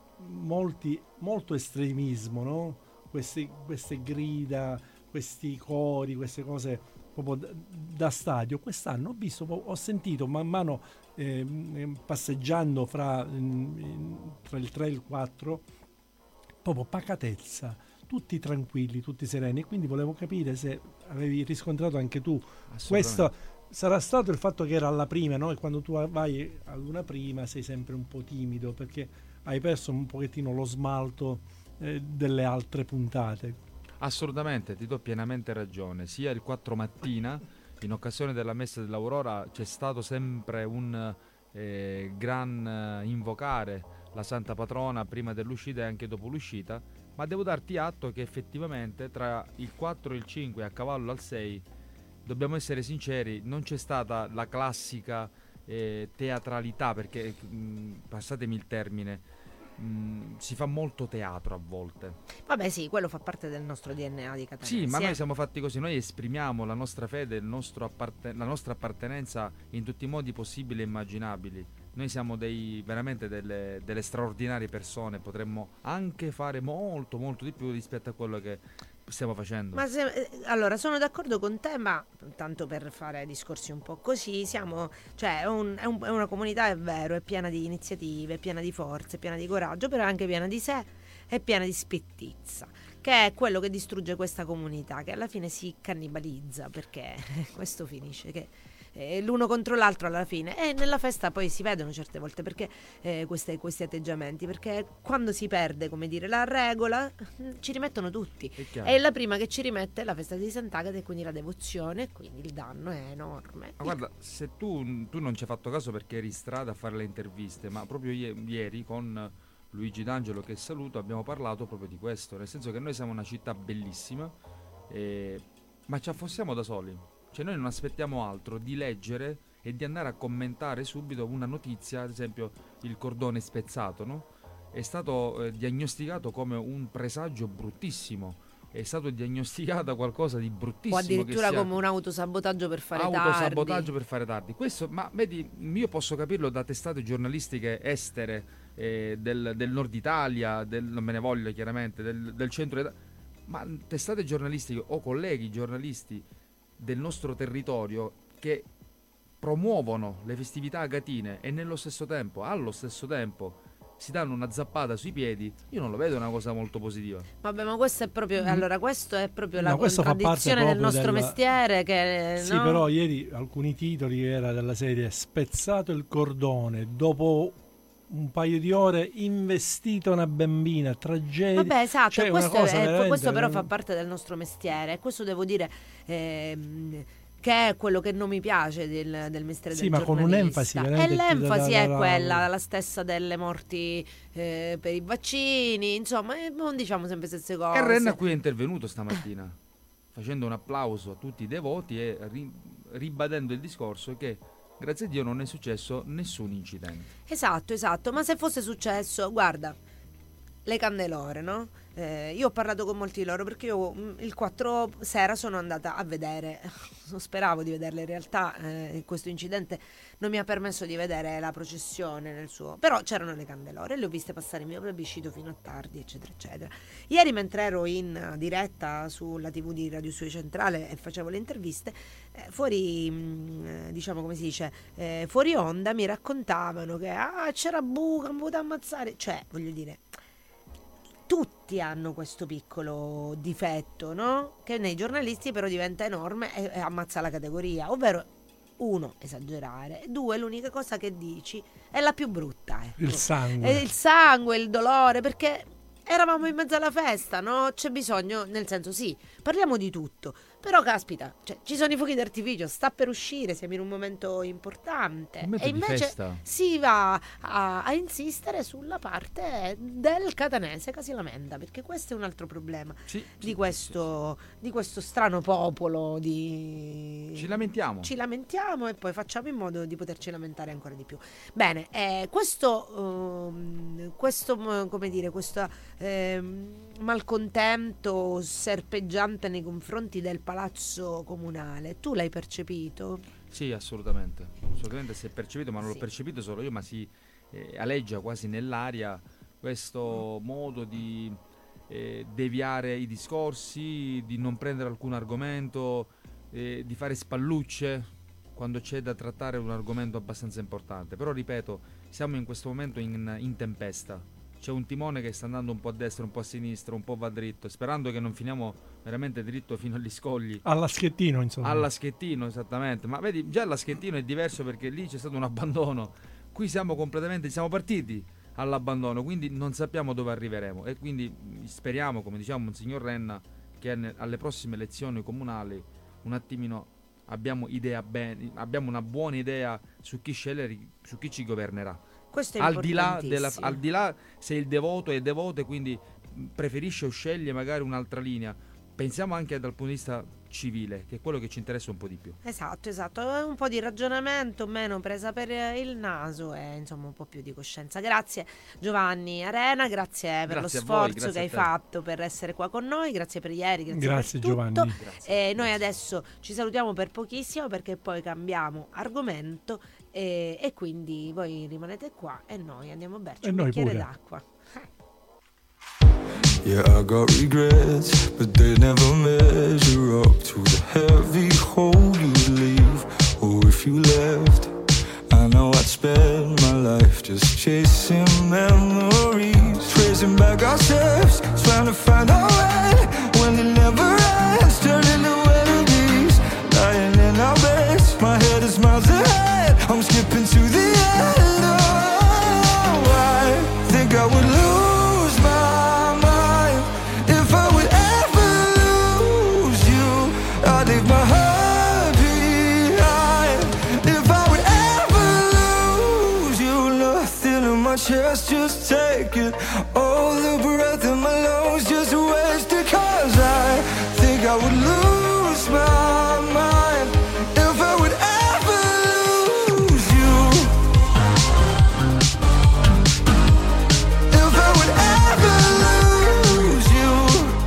molto estremismo, no? Queste grida, questi cori, queste cose proprio da stadio. Quest'anno ho sentito man mano passeggiando tra il 3 e il 4 proprio pacatezza, tutti tranquilli, tutti sereni, e quindi volevo capire se avevi riscontrato anche tu questo. Sarà stato il fatto che era alla prima, no? E quando tu vai ad una prima sei sempre un po' timido perché hai perso un pochettino lo smalto delle altre puntate. Assolutamente, ti do pienamente ragione. Sia il 4 mattina, in occasione della messa dell'Aurora, c'è stato sempre un gran invocare la Santa Patrona prima dell'uscita e anche dopo l'uscita, ma devo darti atto che effettivamente tra il 4 e il 5 a cavallo al 6, dobbiamo essere sinceri, non c'è stata la classica teatralità, perché passatemi il termine, si fa molto teatro a volte. Vabbè sì, quello fa parte del nostro DNA di Catania. Sì, ma noi siamo fatti così, noi esprimiamo la nostra fede, la nostra appartenenza in tutti i modi possibili e immaginabili. Noi siamo veramente delle straordinarie persone, potremmo anche fare molto molto di più rispetto a quello che stiamo facendo. Ma allora sono d'accordo con te, ma tanto per fare discorsi un po' così, è una comunità, è vero, è piena di iniziative, è piena di forze, è piena di coraggio, però è anche piena di sé, è piena di spittizza, che è quello che distrugge questa comunità, che alla fine si cannibalizza, perché questo finisce che l'uno contro l'altro alla fine, e nella festa poi si vedono certe volte perché questi atteggiamenti, perché quando si perde, come dire, la regola, ci rimettono tutti, e la prima che ci rimette è la festa di Sant'Agata, e quindi la devozione, quindi il danno è enorme. Ma guarda, se tu non ci hai fatto caso perché eri in strada a fare le interviste, ma proprio ieri con Luigi D'Angelo, che saluto, abbiamo parlato proprio di questo, nel senso che noi siamo una città bellissima, ma ci affossiamo da soli. Cioè noi non aspettiamo altro di leggere e di andare a commentare subito una notizia, ad esempio il cordone spezzato, no? È stato diagnosticato come un presagio bruttissimo, è stato diagnosticato qualcosa di bruttissimo. O addirittura come un autosabotaggio per fare tardi. Questo, ma vedi, io posso capirlo da testate giornalistiche estere del nord Italia, non me ne voglio chiaramente, del centro Italia, ma testate giornalistiche o colleghi giornalisti del nostro territorio che promuovono le festività agatine e allo stesso tempo si danno una zappata sui piedi, io non lo vedo una cosa molto positiva. Vabbè, ma questo è proprio la contraddizione del nostro mestiere, che sì, però ieri alcuni titoli era della serie "Spezzato il cordone, dopo un paio di ore investita una bambina, tragedia". Vabbè, esatto, cioè, questo però fa parte del nostro mestiere, e questo devo dire che è quello che non mi piace del mestiere del giornalista. Sì, ma con un'enfasi e l'enfasi è quella, la stessa delle morti per i vaccini, insomma, non diciamo sempre le stesse cose. E Renna qui è intervenuto stamattina facendo un applauso a tutti i devoti e ribadendo il discorso che grazie a Dio non è successo nessun incidente. Esatto, ma se fosse successo, guarda, le candelore, no? Io ho parlato con molti di loro perché io il 4 sera sono andata a vedere, speravo di vederla, in realtà questo incidente non mi ha permesso di vedere la processione nel suo, però c'erano le candelore e le ho viste passare in mio plebiscito fino a tardi, eccetera eccetera. Ieri, mentre ero in diretta sulla TV di Radio Studio Centrale e facevo le interviste, fuori, diciamo, come si dice, fuori onda mi raccontavano che c'era buca, hanno voluto ammazzare, cioè, voglio dire, tutti hanno questo piccolo difetto, no? Che nei giornalisti però diventa enorme e ammazza la categoria, ovvero 1, esagerare, 2, l'unica cosa che dici è la più brutta, ecco. Il sangue. È il sangue, il dolore, perché eravamo in mezzo alla festa, no? C'è bisogno, nel senso, sì, parliamo di tutto, però caspita, cioè, ci sono i fuochi d'artificio, sta per uscire, siamo in un momento importante e invece si va a insistere sulla parte del catanese che si lamenta, perché questo è un altro problema di questo strano popolo ci lamentiamo e poi facciamo in modo di poterci lamentare ancora di più. Bene, questo come dire, questo malcontento serpeggiante nei confronti del palazzo comunale, tu l'hai percepito? Sì, assolutamente si è percepito, ma non l'ho percepito solo io, ma si aleggia quasi nell'aria questo modo di deviare i discorsi, di non prendere alcun argomento, di fare spallucce quando c'è da trattare un argomento abbastanza importante. Però ripeto, siamo in questo momento in tempesta. C'è un timone che sta andando un po' a destra, un po' a sinistra, un po' va dritto, sperando che non finiamo veramente dritto fino agli scogli. All'Aschettino, insomma. All'Aschettino, esattamente. Ma vedi, già l'Aschettino è diverso perché lì c'è stato un abbandono. Qui siamo partiti all'abbandono, quindi non sappiamo dove arriveremo. E quindi speriamo, come diciamo Monsignor Renna, che alle prossime elezioni comunali un attimino abbiamo una buona idea su chi scegliere, su chi ci governerà. Questo è al di là se il devoto è devoto e quindi preferisce o sceglie magari un'altra linea, pensiamo anche dal punto di vista civile, che è quello che ci interessa un po' di più. Esatto, un po' di ragionamento, meno presa per il naso e insomma un po' più di coscienza. Grazie Giovanni Arena, grazie per lo sforzo che hai fatto per essere qua con noi, grazie per ieri, grazie per Giovanni. tutto. E noi adesso ci salutiamo per pochissimo perché poi cambiamo argomento e quindi voi rimanete qua e noi andiamo a berci un bicchiere d'acqua. Yeah, I got regrets, but they never measure up to the heavy hole you'd leave. Or if you left, I know I'd spend my life just chasing memories, tracing back our steps, trying to find our way when it never ends, turning to melodies, lying in our beds. My head is miles ahead, I'm skipping to the end. Oh, I think I would lose my mind if I would ever lose you. I'd leave my heart behind if I would ever lose you. Nothing in my chest, just take it. All the breath in my lungs, just waste it. 'Cause I think I would lose my mind if I would ever lose you. If I would ever lose you.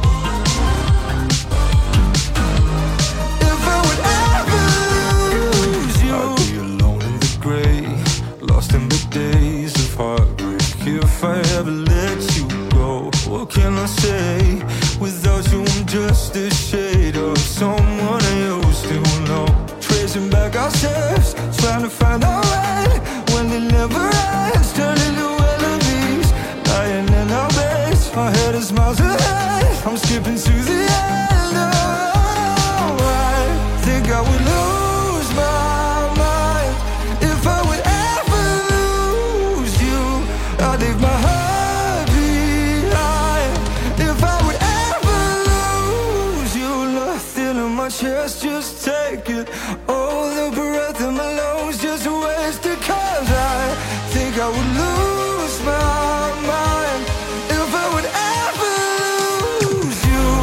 If I would ever lose you. I'd be alone in the grey, lost in the days of heartbreak. If I ever let you go, what can I say? Without you I'm just a shade of someone I used to know. Tracing back our steps, trying to find our way when it never ends, turning to melodies, lying in our beds. My head is miles ahead, I'm skipping to the end. Oh, I think I would lose my mind if I would ever lose you. I'd leave my heart behind if I would ever lose you. Nothing in my chest, just take it. All the breath in my lungs, just waste it. 'Cause I think I would lose my mind if I would ever lose you.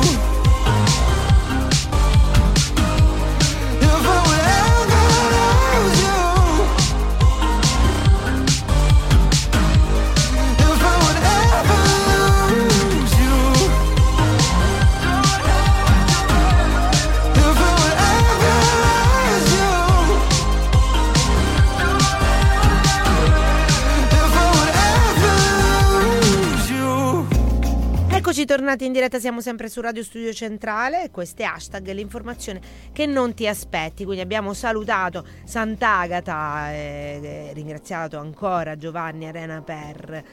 If I would ever lose you. If I would ever lose you. Eccoci tornati in diretta, siamo sempre su Radio Studio Centrale. Questo è hashtag l'informazione che non ti aspetti. Quindi abbiamo salutato Sant'Agata, ringraziato ancora Giovanni Arena per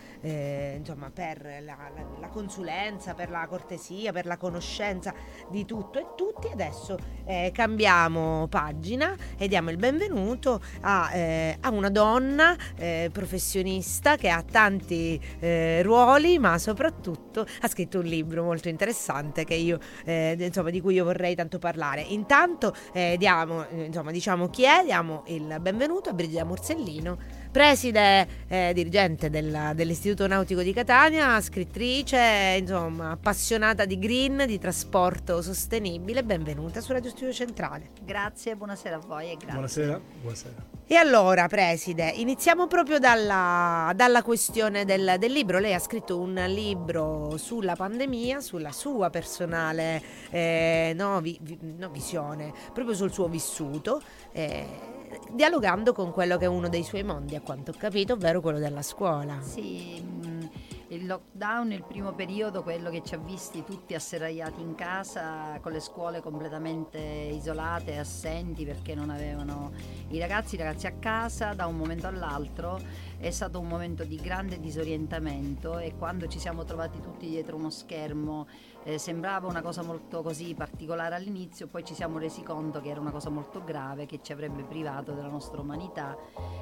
la consulenza, per la cortesia, per la conoscenza di tutto e tutti. Adesso cambiamo pagina e diamo il benvenuto a una donna professionista che ha tanti ruoli, ma soprattutto ha scritto un libro molto interessante che io di cui io vorrei tanto parlare. Intanto diciamo chi è, diamo il benvenuto a Brigida Morsellino, preside, dirigente dell'Istituto Nautico di Catania, scrittrice, appassionata di green, di trasporto sostenibile. Benvenuta su Radio Studio Centrale. Grazie, buonasera a voi e grazie. Buonasera. E allora, preside, iniziamo proprio dalla questione del libro. Lei ha scritto un libro sulla pandemia, sulla sua personale visione, proprio sul suo vissuto, dialogando con quello che è uno dei suoi mondi, a quanto ho capito, ovvero quello della scuola. Sì, il lockdown, il primo periodo, quello che ci ha visti tutti asserragliati in casa, con le scuole completamente isolate e assenti perché non avevano i ragazzi a casa, da un momento all'altro è stato un momento di grande disorientamento, e quando ci siamo trovati tutti dietro uno schermo sembrava una cosa molto così particolare all'inizio, poi ci siamo resi conto che era una cosa molto grave che ci avrebbe privato della nostra umanità.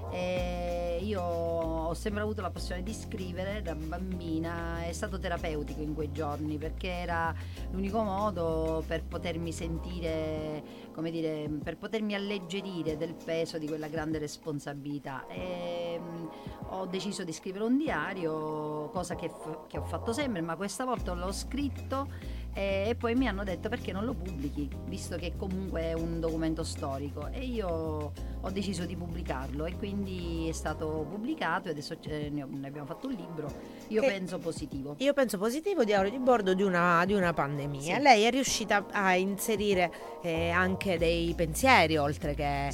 E io ho sempre avuto la passione di scrivere da bambina, è stato terapeutico in quei giorni perché era l'unico modo per potermi sentire, come dire, per potermi alleggerire del peso di quella grande responsabilità. E ho deciso di scrivere un diario, cosa che ho fatto sempre, ma questa volta l'ho scritto e poi mi hanno detto perché non lo pubblichi, visto che comunque è un documento storico, e io ho deciso di pubblicarlo e quindi è stato pubblicato e adesso ne abbiamo fatto un libro. Io penso positivo, diario di bordo di una pandemia. Sì. Lei è riuscita a inserire anche dei pensieri, oltre che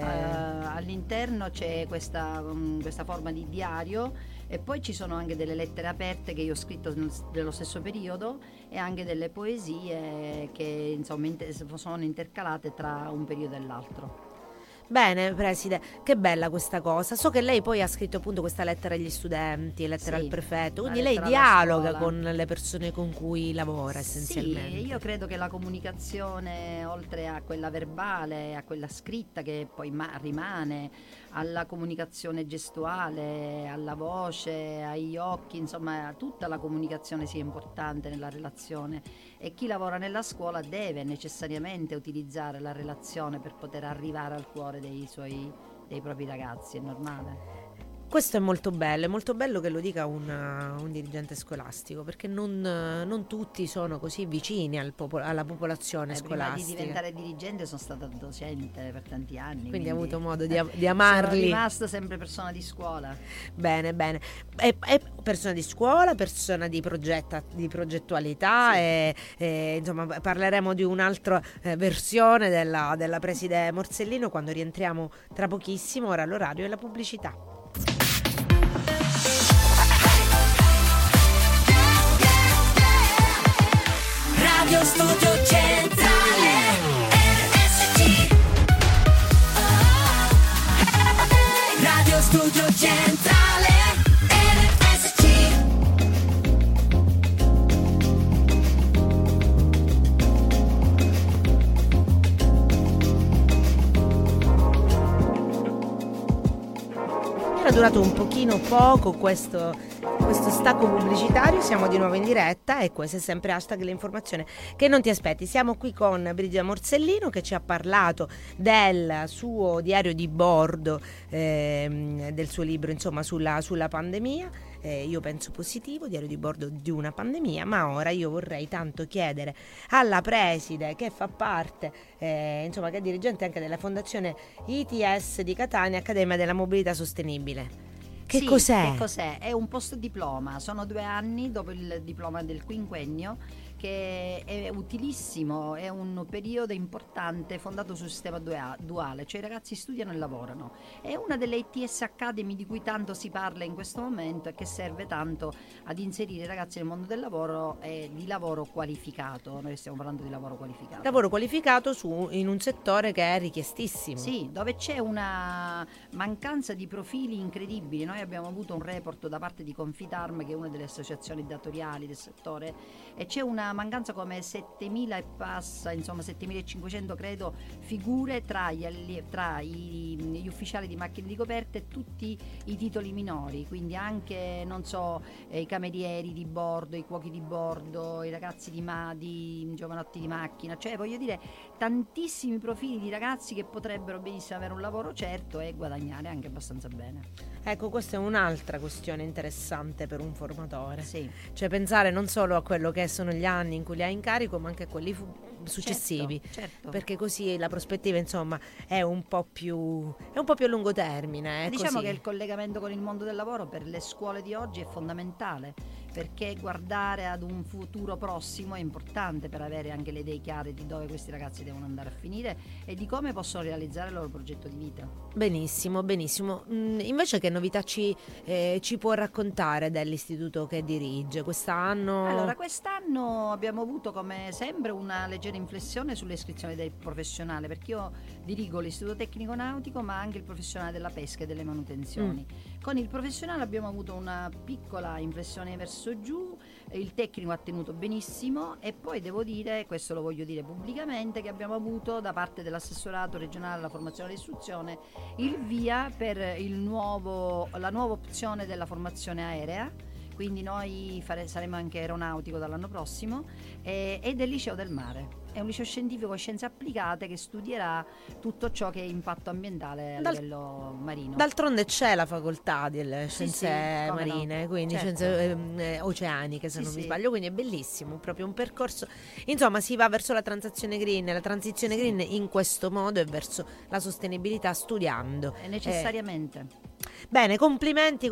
all'interno c'è questa forma di diario, e poi ci sono anche delle lettere aperte che io ho scritto nello stesso periodo e anche delle poesie che sono intercalate tra un periodo e l'altro. Bene, preside, che bella questa cosa. So che lei poi ha scritto appunto questa lettera agli studenti, lettera al prefetto, quindi lei dialoga con le persone con cui lavora essenzialmente. Sì, io credo che la comunicazione, oltre a quella verbale, a quella scritta che poi rimane, alla comunicazione gestuale, alla voce, agli occhi, insomma tutta la comunicazione sia importante nella relazione, e chi lavora nella scuola deve necessariamente utilizzare la relazione per poter arrivare al cuore dei propri ragazzi, è normale. Questo è molto bello che lo dica un dirigente scolastico, perché non tutti sono così vicini alla popolazione scolastica. Prima di diventare dirigente sono stata docente per tanti anni. Quindi ha avuto modo di amarli. Sono rimasta sempre persona di scuola. Bene. È persona di scuola, persona di progettualità, sì. Insomma parleremo di un'altra versione della preside Morsellino quando rientriamo tra pochissimo. Ora l'orario e la pubblicità. Radio Studio Centrale RSC. Radio Studio Centrale RSC. Era durato un poco questo stacco pubblicitario. Siamo di nuovo in diretta e questo è sempre hashtag l'informazione che non ti aspetti. Siamo qui con Brigida Morsellino che ci ha parlato del suo diario di bordo, del suo libro insomma sulla pandemia. Io penso positivo, diario di bordo di una pandemia. Ma ora io vorrei tanto chiedere alla preside, che fa parte che è dirigente anche della fondazione ITS di Catania, Accademia della Mobilità Sostenibile. Che cos'è? Che cos'è? È un post diploma, sono 2 anni dopo il diploma del quinquennio perché è utilissimo, è un periodo importante fondato sul sistema duale, cioè i ragazzi studiano e lavorano. È una delle ITS Academy di cui tanto si parla in questo momento e che serve tanto ad inserire i ragazzi nel mondo del lavoro e di lavoro qualificato. Noi stiamo parlando di lavoro qualificato. Lavoro qualificato in un settore che è richiestissimo. Sì, dove c'è una mancanza di profili incredibili. Noi abbiamo avuto un report da parte di Confitarm, che è una delle associazioni datoriali del settore, e c'è una mancanza come 7.000 e passa, insomma 7.500 credo, figure tra gli ufficiali di macchine di coperta e tutti i titoli minori, quindi anche, non so, i camerieri di bordo, i cuochi di bordo, i ragazzi di giovanotti di macchina, cioè voglio dire tantissimi profili di ragazzi che potrebbero benissimo avere un lavoro certo e guadagnare anche abbastanza bene. Ecco, questa è un'altra questione interessante per un formatore. Sì. Cioè pensare non solo a quello che sono gli anni in cui li ha in carico, ma anche a quelli successivi. Certo. Perché così la prospettiva, insomma, è un po' più a lungo termine. Diciamo così. che il collegamento con il mondo del lavoro per le scuole di oggi è fondamentale, perché guardare ad un futuro prossimo è importante per avere anche le idee chiare di dove questi ragazzi devono andare a finire e di come possono realizzare il loro progetto di vita. Benissimo, benissimo. Invece che novità ci può raccontare dell'istituto che dirige quest'anno? Allora, quest'anno abbiamo avuto come sempre una leggera inflessione sulle iscrizioni del professionale, perché io dirigo l'istituto tecnico nautico ma anche il professionale della pesca e delle manutenzioni. Con il professionale abbiamo avuto una piccola inflessione verso giù, il tecnico ha tenuto benissimo e poi devo dire, questo lo voglio dire pubblicamente, che abbiamo avuto da parte dell'assessorato regionale alla formazione e all'istruzione il via per la nuova opzione della formazione aerea, quindi noi saremo anche aeronautico dall'anno prossimo, e del liceo del mare. È un liceo scientifico e scienze applicate che studierà tutto ciò che è impatto ambientale a livello marino. D'altronde c'è la facoltà delle scienze marine, no. quindi Certo. scienze oceaniche, se non mi sbaglio, quindi è bellissimo, proprio un percorso. Insomma, si va verso la transizione green green in questo modo e verso la sostenibilità studiando. Necessariamente. Bene, complimenti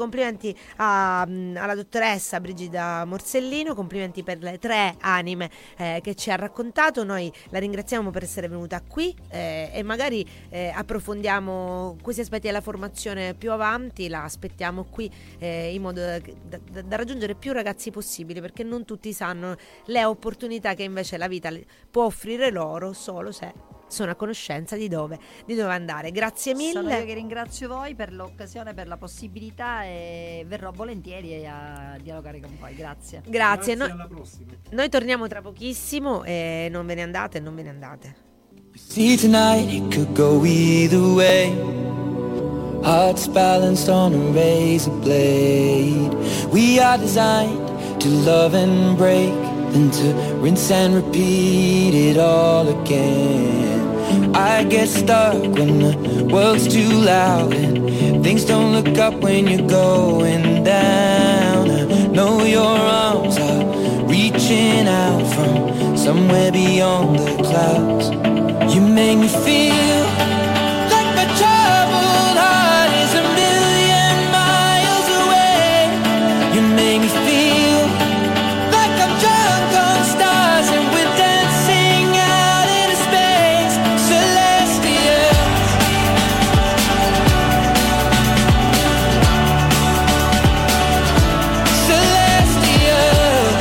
alla dottoressa Brigida Morsellino, complimenti per le 3 anime che ci ha raccontato. Noi la ringraziamo per essere venuta qui e magari approfondiamo questi aspetti della formazione più avanti, la aspettiamo qui in modo da raggiungere più ragazzi possibili, perché non tutti sanno le opportunità che invece la vita può offrire loro solo se sono a conoscenza di dove andare. Grazie mille. Sono io che ringrazio voi per l'occasione, per la possibilità, e verrò volentieri a dialogare con voi. Grazie. Grazie. Alla prossima. Noi torniamo tra pochissimo e non ve ne andate. See tonight it could go either way. Hearts balanced on a razor blade. We are designed to love and break, then to rinse and repeat it all again. I get stuck when the world's too loud and things don't look up when you're going down. I know your arms are reaching out from somewhere beyond the clouds. You make me feel like my troubled heart is a million miles away. You make me feel like I'm drunk on stars and we're dancing out into space, celestial. Celestial.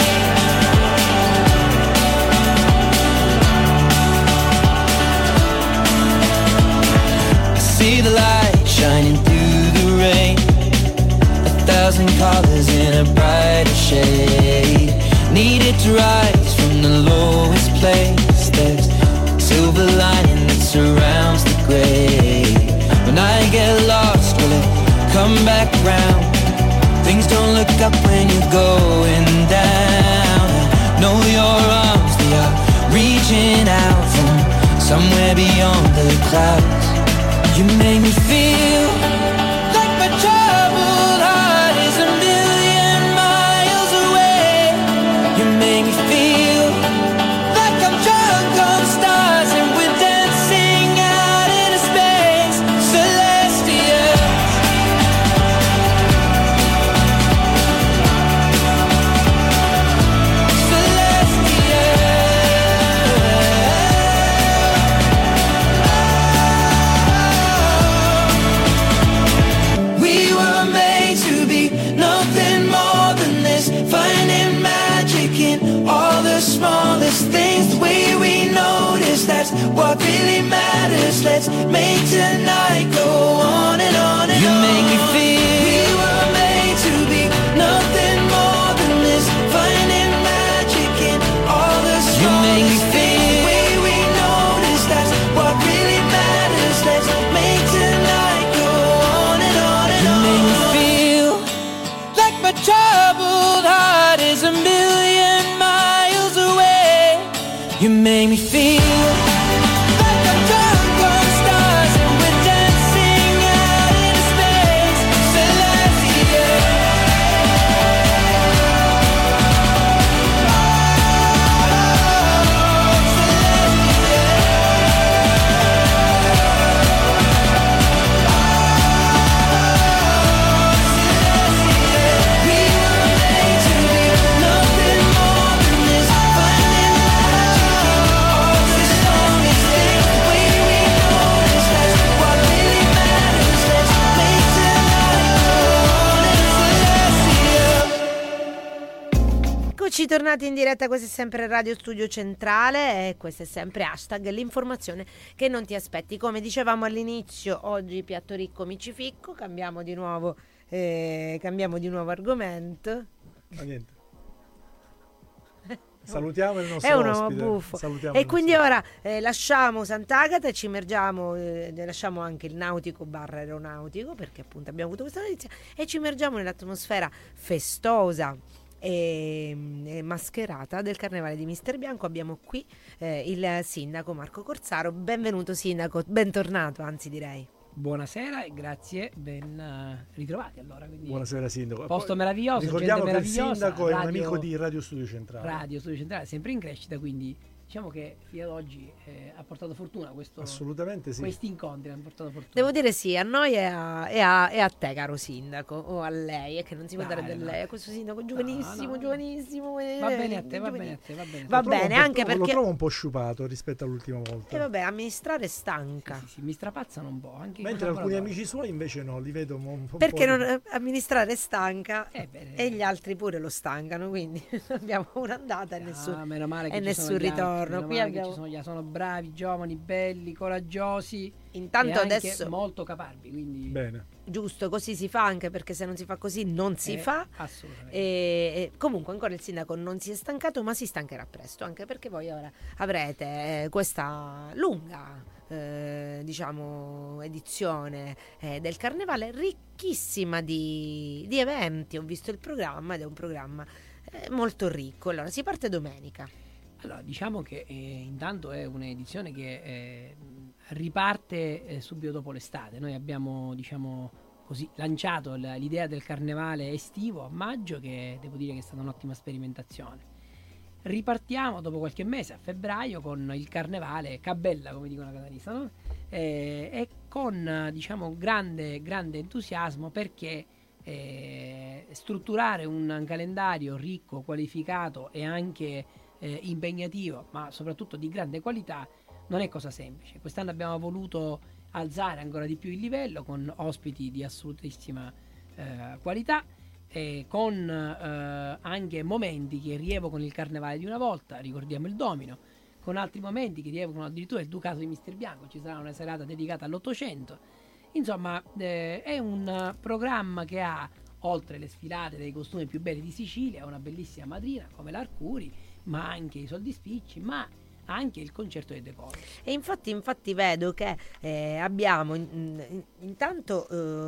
I see the light shining through the rain, 1,000 colors in a brighter shade. Needed to rise from the lowest place. There's silver lining that surrounds the gray. When I get lost, will it come back round? Things don't look up when you're going down. I know your arms, they are reaching out from somewhere beyond the clouds. You make me feel like my troubled heart is a million miles away. You make me feel like I'm drunk on stars and we're dancing out into space, celestial. Celestial. let's make tonight go on and on and on. You make me feel we were made to be nothing more than this, finding magic in all the songs. You make me feel the way we notice, that's what really matters. Let's make tonight go on and on and on. You make me feel like my troubled heart is a million miles away. You make me feel like I'm drunk on stars and we're dancing out in space, celestial. We were made to be nothing more than this, finding magic in all the strongest things. The way we notice, that's what really matters. Let's make tonight go on and celestial. Eccoci tornati in diretta, questo è sempre Radio Studio Centrale e questo è sempre hashtag l'informazione che non ti aspetti. Come dicevamo all'inizio, oggi piatto ricco mici ficco, cambiamo di nuovo argomento. Ma niente. Salutiamo il nostro È un uomo ospite. buffo. Salutiamo E il quindi nostro ora lasciamo Sant'Agata e ci immergiamo, lasciamo anche il nautico / aeronautico, perché appunto abbiamo avuto questa notizia, e ci immergiamo nell'atmosfera festosa e mascherata del Carnevale di Mister Bianco. Abbiamo qui il sindaco Marco Corsaro. Benvenuto sindaco, bentornato anzi direi. Buonasera e grazie, ben ritrovati allora. Quindi Buonasera sindaco. posto Poi meraviglioso, ricordiamo gente che il meravigliosa. sindaco è un Radio- amico di Radio Studio Centrale. Radio Studio Centrale sempre in crescita, quindi diciamo che fino ad oggi ha portato fortuna questo, Assolutamente sì. questi incontri hanno portato fortuna. Devo dire sì, a noi e a te caro sindaco, o a lei, è che non si può dare Dai, del no. lei, a questo sindaco giovanissimo, no. giovanissimo. Va bene a te, va bene a te, va bene. Va bene, anche Lo perché trovo un po' sciupato rispetto all'ultima volta. e vabbè, amministrare è stanca. Sì, sì, mi strapazzano un po', anche in Mentre alcuni collaboratorio. amici suoi invece no, li vedo un po'. Perché non, amministrare è stanca bene. e gli altri pure lo stancano, quindi abbiamo un'andata e nessun, meno male che e ci nessun sono gli altri, ritorno. meno Qui male che abbiamo... ci sono bravi, giovani, belli, coraggiosi. Intanto e anche adesso molto caparbi, quindi Bene. giusto, così si fa, anche perché se non si fa così non si fa. assolutamente. E comunque ancora il sindaco non si è stancato, ma si stancherà presto, anche perché voi ora avrete questa lunga diciamo edizione del Carnevale, ricchissima di eventi. Ho visto il programma ed è un programma molto ricco. Allora si parte domenica. Allora, diciamo che intanto è un'edizione che riparte subito dopo l'estate. Noi abbiamo, diciamo così, lanciato l'idea del carnevale estivo a maggio, che devo dire che è stata un'ottima sperimentazione. Ripartiamo dopo qualche mese, a febbraio, con il carnevale Cabella, come dicono i catanesi, no? E con, diciamo, grande entusiasmo, perché strutturare un calendario ricco, qualificato e anche impegnativo, ma soprattutto di grande qualità, non è cosa semplice. Quest'anno abbiamo voluto alzare ancora di più il livello, con ospiti di assolutissima qualità, con anche momenti che rievocano il carnevale di una volta. Ricordiamo il domino, con altri momenti che rievocano addirittura il ducato di Mister Bianco. Ci sarà una serata dedicata all'Ottocento. Insomma, è un programma che ha, oltre le sfilate dei costumi più belli di Sicilia, una bellissima madrina come l'Arcuri, ma anche i soldi spicci, ma anche il concerto dei decori. E infatti vedo che abbiamo intanto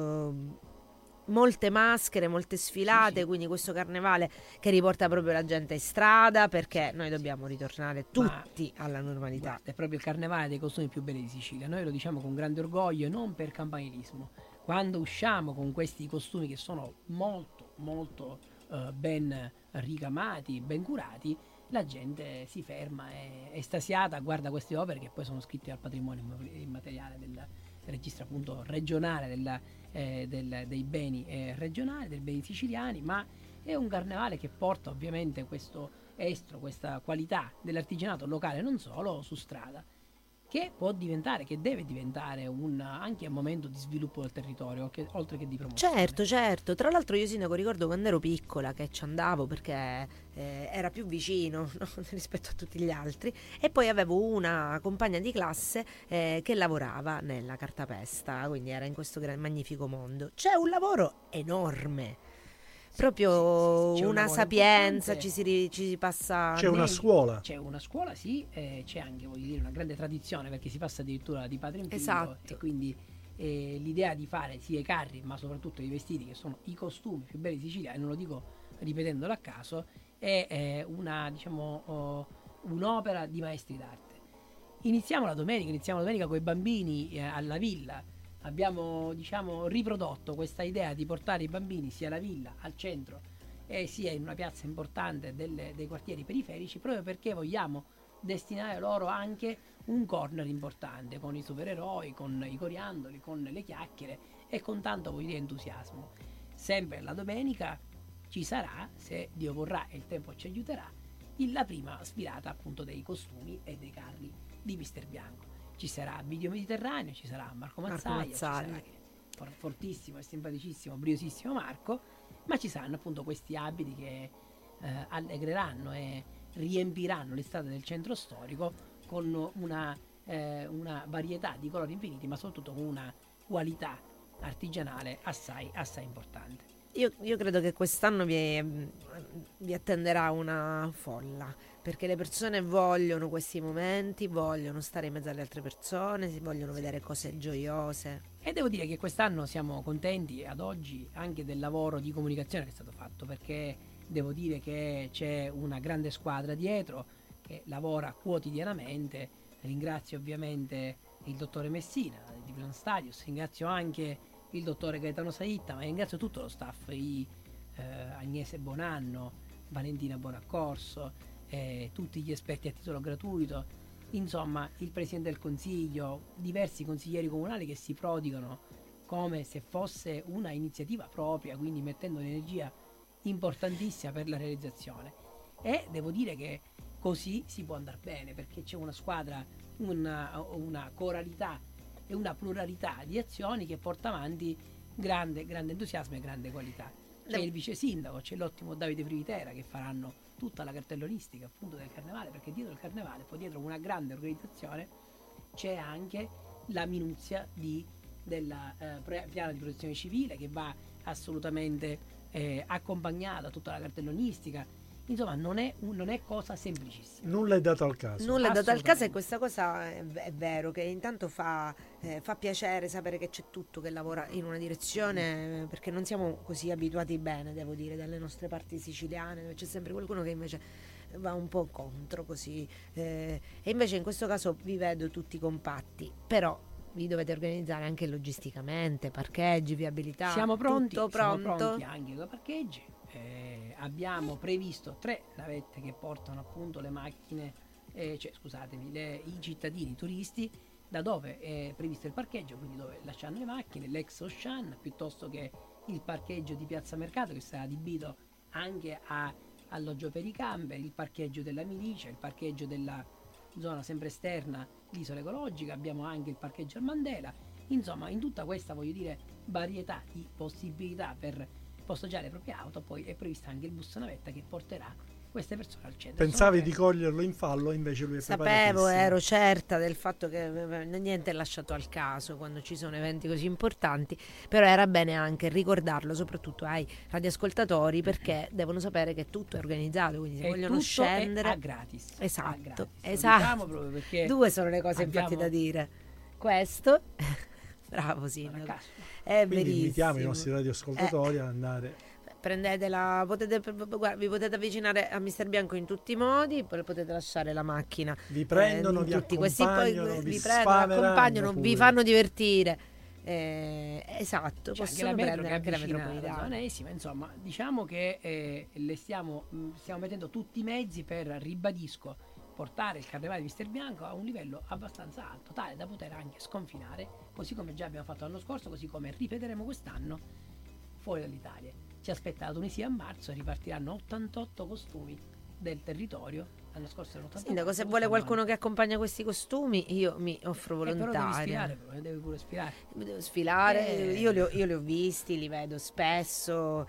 molte maschere, molte sfilate, Sì. quindi questo carnevale che riporta proprio la gente in strada, perché noi dobbiamo ritornare tutti alla normalità. Guarda, è proprio il carnevale dei costumi più belli di Sicilia. Noi lo diciamo con grande orgoglio e non per campanilismo. Quando usciamo con questi costumi che sono molto ben ricamati, ben curati, la gente si ferma, è estasiata, guarda queste opere che poi sono scritte al patrimonio immateriale del registro appunto regionale dei beni regionali, dei beni siciliani. Ma è un carnevale che porta ovviamente questo estro, questa qualità dell'artigianato locale, non solo, su strada. che può diventare, che deve diventare anche un momento di sviluppo del territorio, oltre che di promozione. Certo. Tra l'altro io, sindaco, ricordo quando ero piccola che ci andavo perché era più vicino, no? Rispetto a tutti gli altri, e poi avevo una compagna di classe che lavorava nella cartapesta, quindi era in questo magnifico mondo. C'è un lavoro enorme. Proprio C'è un una lavoro sapienza, importante. ci si passa. C'è una scuola. C'è una scuola, sì, c'è anche, voglio dire, una grande tradizione, perché si passa addirittura di padre in figlio. Esatto. E quindi l'idea di fare sia i carri, ma soprattutto i vestiti, che sono i costumi più belli di Sicilia, e non lo dico ripetendolo a caso, è una, diciamo, un'opera di maestri d'arte. Iniziamo la domenica con i bambini alla villa. Abbiamo, diciamo, riprodotto questa idea di portare i bambini sia alla villa, al centro, e sia in una piazza importante dei quartieri periferici, proprio perché vogliamo destinare loro anche un corner importante, con i supereroi, con i coriandoli, con le chiacchiere e con tanto, voglio dire, entusiasmo. Sempre la domenica ci sarà, se Dio vorrà e il tempo ci aiuterà, la prima sfilata appunto dei costumi e dei carri di Mister Bianco. Ci sarà Video Mediterraneo, ci sarà Marco Mazzaia. Ci sarà fortissimo e simpaticissimo, briosissimo Marco, ma ci saranno appunto questi abiti che allegreranno e riempiranno le strade del centro storico con una varietà di colori infiniti, ma soprattutto con una qualità artigianale assai importante. Io credo che quest'anno vi attenderà una folla, perché le persone vogliono questi momenti, vogliono stare in mezzo alle altre persone, vogliono vedere cose gioiose. E devo dire che quest'anno siamo contenti ad oggi anche del lavoro di comunicazione che è stato fatto, perché devo dire che c'è una grande squadra dietro che lavora quotidianamente. Ringrazio ovviamente il dottore Messina di Plan Stadius, ringrazio anche il dottore Gaetano Saitta, ma ringrazio tutto lo staff, Agnese Bonanno, Valentina Bonaccorso, tutti gli esperti a titolo gratuito, insomma il Presidente del Consiglio, diversi consiglieri comunali che si prodigano come se fosse una iniziativa propria, quindi mettendo un'energia importantissima per la realizzazione. E devo dire che così si può andare bene, perché c'è una squadra, una coralità e una pluralità di azioni che porta avanti grande entusiasmo e grande qualità. C'è il vice sindaco, c'è l'ottimo Davide Privitera, che faranno tutta la cartellonistica appunto del carnevale, perché dietro il carnevale, poi dietro una grande organizzazione, c'è anche la minuzia del piano di protezione civile, che va assolutamente accompagnata tutta la cartellonistica. Insomma, non è cosa semplicissima. Nulla è dato al caso. Nulla è dato al caso, e questa cosa è vero, che intanto fa piacere sapere che c'è tutto che lavora in una direzione, perché non siamo così abituati bene, devo dire, dalle nostre parti siciliane, dove c'è sempre qualcuno che invece va un po' contro così, e invece in questo caso vi vedo tutti compatti, però vi dovete organizzare anche logisticamente, parcheggi, viabilità. Siamo pronti, tutto siamo pronto? pronti anche con i parcheggi. Abbiamo previsto 3 navette che portano appunto le macchine, i cittadini, i turisti, da dove è previsto il parcheggio, quindi dove lasciano le macchine, l'ex Ocean, piuttosto che il parcheggio di Piazza Mercato, che sarà adibito anche a alloggio per i camper, il parcheggio della Milicia, il parcheggio della zona sempre esterna, l'isola ecologica, abbiamo anche il parcheggio al Mandela. Insomma, in tutta questa, voglio dire, varietà di possibilità per posteggiare le proprie auto, poi è prevista anche il bus navetta che porterà queste persone al centro. Pensavi di coglierlo in fallo, invece lui è Sapevo, ero certa del fatto che niente è lasciato al caso quando ci sono eventi così importanti, però era bene anche ricordarlo soprattutto ai radioascoltatori, perché devono sapere che tutto è organizzato, quindi se vogliono scendere è a gratis. Esatto. Diciamo proprio perché due sono le cose infatti da dire. Questo bravo sindaco. È quindi verissimo. invitiamo i nostri radioascoltatori ad andare. Prendetela, vi potete avvicinare a Mister Bianco in tutti i modi, poi potete lasciare la macchina. Vi prendono, vi accompagnano, vi accompagnano, vi fanno divertire. Esatto, c'è possono anche la prendere anche la metropolitana. Zonesima, insomma, diciamo che stiamo mettendo tutti i mezzi per, ribadisco, portare il carnevale di Mister Bianco a un livello abbastanza alto, tale da poter anche sconfinare, così come già abbiamo fatto l'anno scorso, così come ripeteremo quest'anno fuori dall'Italia. Ci aspetta la Tunisia a marzo e ripartiranno 88 costumi del territorio. L'anno scorso erano 80. Sindaco, se vuole qualcuno che accompagna questi costumi, io mi offro volontaria. Però devi pure sfilare. Devo sfilare, io li ho visti, li vedo spesso.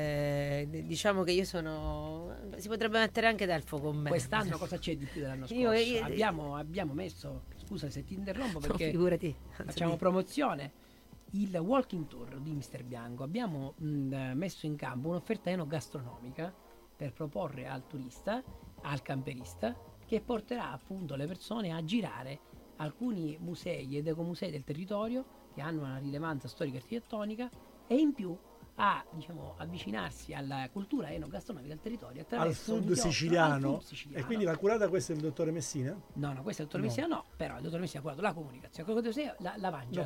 Diciamo che io sono. Si potrebbe mettere anche Delfo con me. Quest'anno cosa c'è di più dell'anno scorso? Abbiamo messo, scusa se ti interrompo perché no, figurati. Facciamo promozione. Il walking tour di Mister Bianco. Abbiamo messo in campo un'offerta enogastronomica per proporre al turista, al camperista, che porterà appunto le persone a girare alcuni musei ed ecomusei del territorio che hanno una rilevanza storica e architettonica, e in più a avvicinarsi alla cultura enogastronomica del territorio attraverso al food siciliano. E quindi l'ha curata questa il dottore Messina? No, questo è il dottore Messina, no, però il dottore Messina ha curato la comunicazione, quello che la mangia,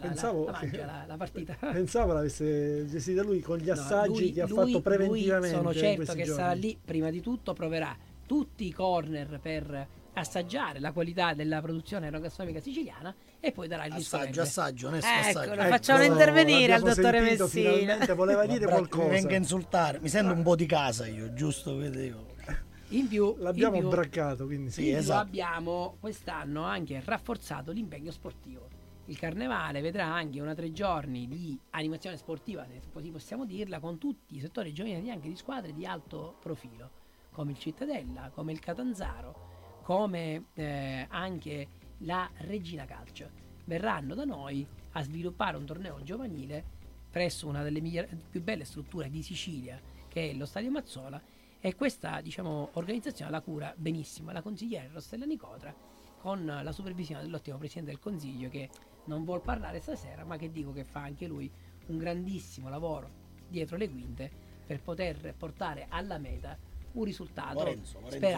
la partita. Pensavo l'avesse gestita lui con gli assaggi che ha fatto preventivamente. Sono certo che sarà lì, prima di tutto proverà tutti i corner per assaggiare la qualità della produzione enogastronomica siciliana e poi darà il assaggio, onesto assaggio. Lo facciamo intervenire al dottore Messina. Finalmente voleva dire qualcosa. Mi venga a insultare, mi sento un po' di casa io, giusto? Vedevo. In più l'abbiamo braccato, quindi sì, esatto. Abbiamo quest'anno anche rafforzato l'impegno sportivo. Il carnevale vedrà anche 3 giorni di animazione sportiva, se così possiamo dirla, con tutti i settori giovanili, anche di squadre di alto profilo, come il Cittadella, come il Catanzaro, come anche la Regina Calcio. Verranno da noi a sviluppare un torneo giovanile presso una delle più belle strutture di Sicilia, che è lo Stadio Mazzola, e questa organizzazione la cura benissimo la consigliera Rossella Nicotra, con la supervisione dell'ottimo Presidente del Consiglio, che non vuol parlare stasera, ma che dico che fa anche lui un grandissimo lavoro dietro le quinte per poter portare alla meta un risultato, Lorenzo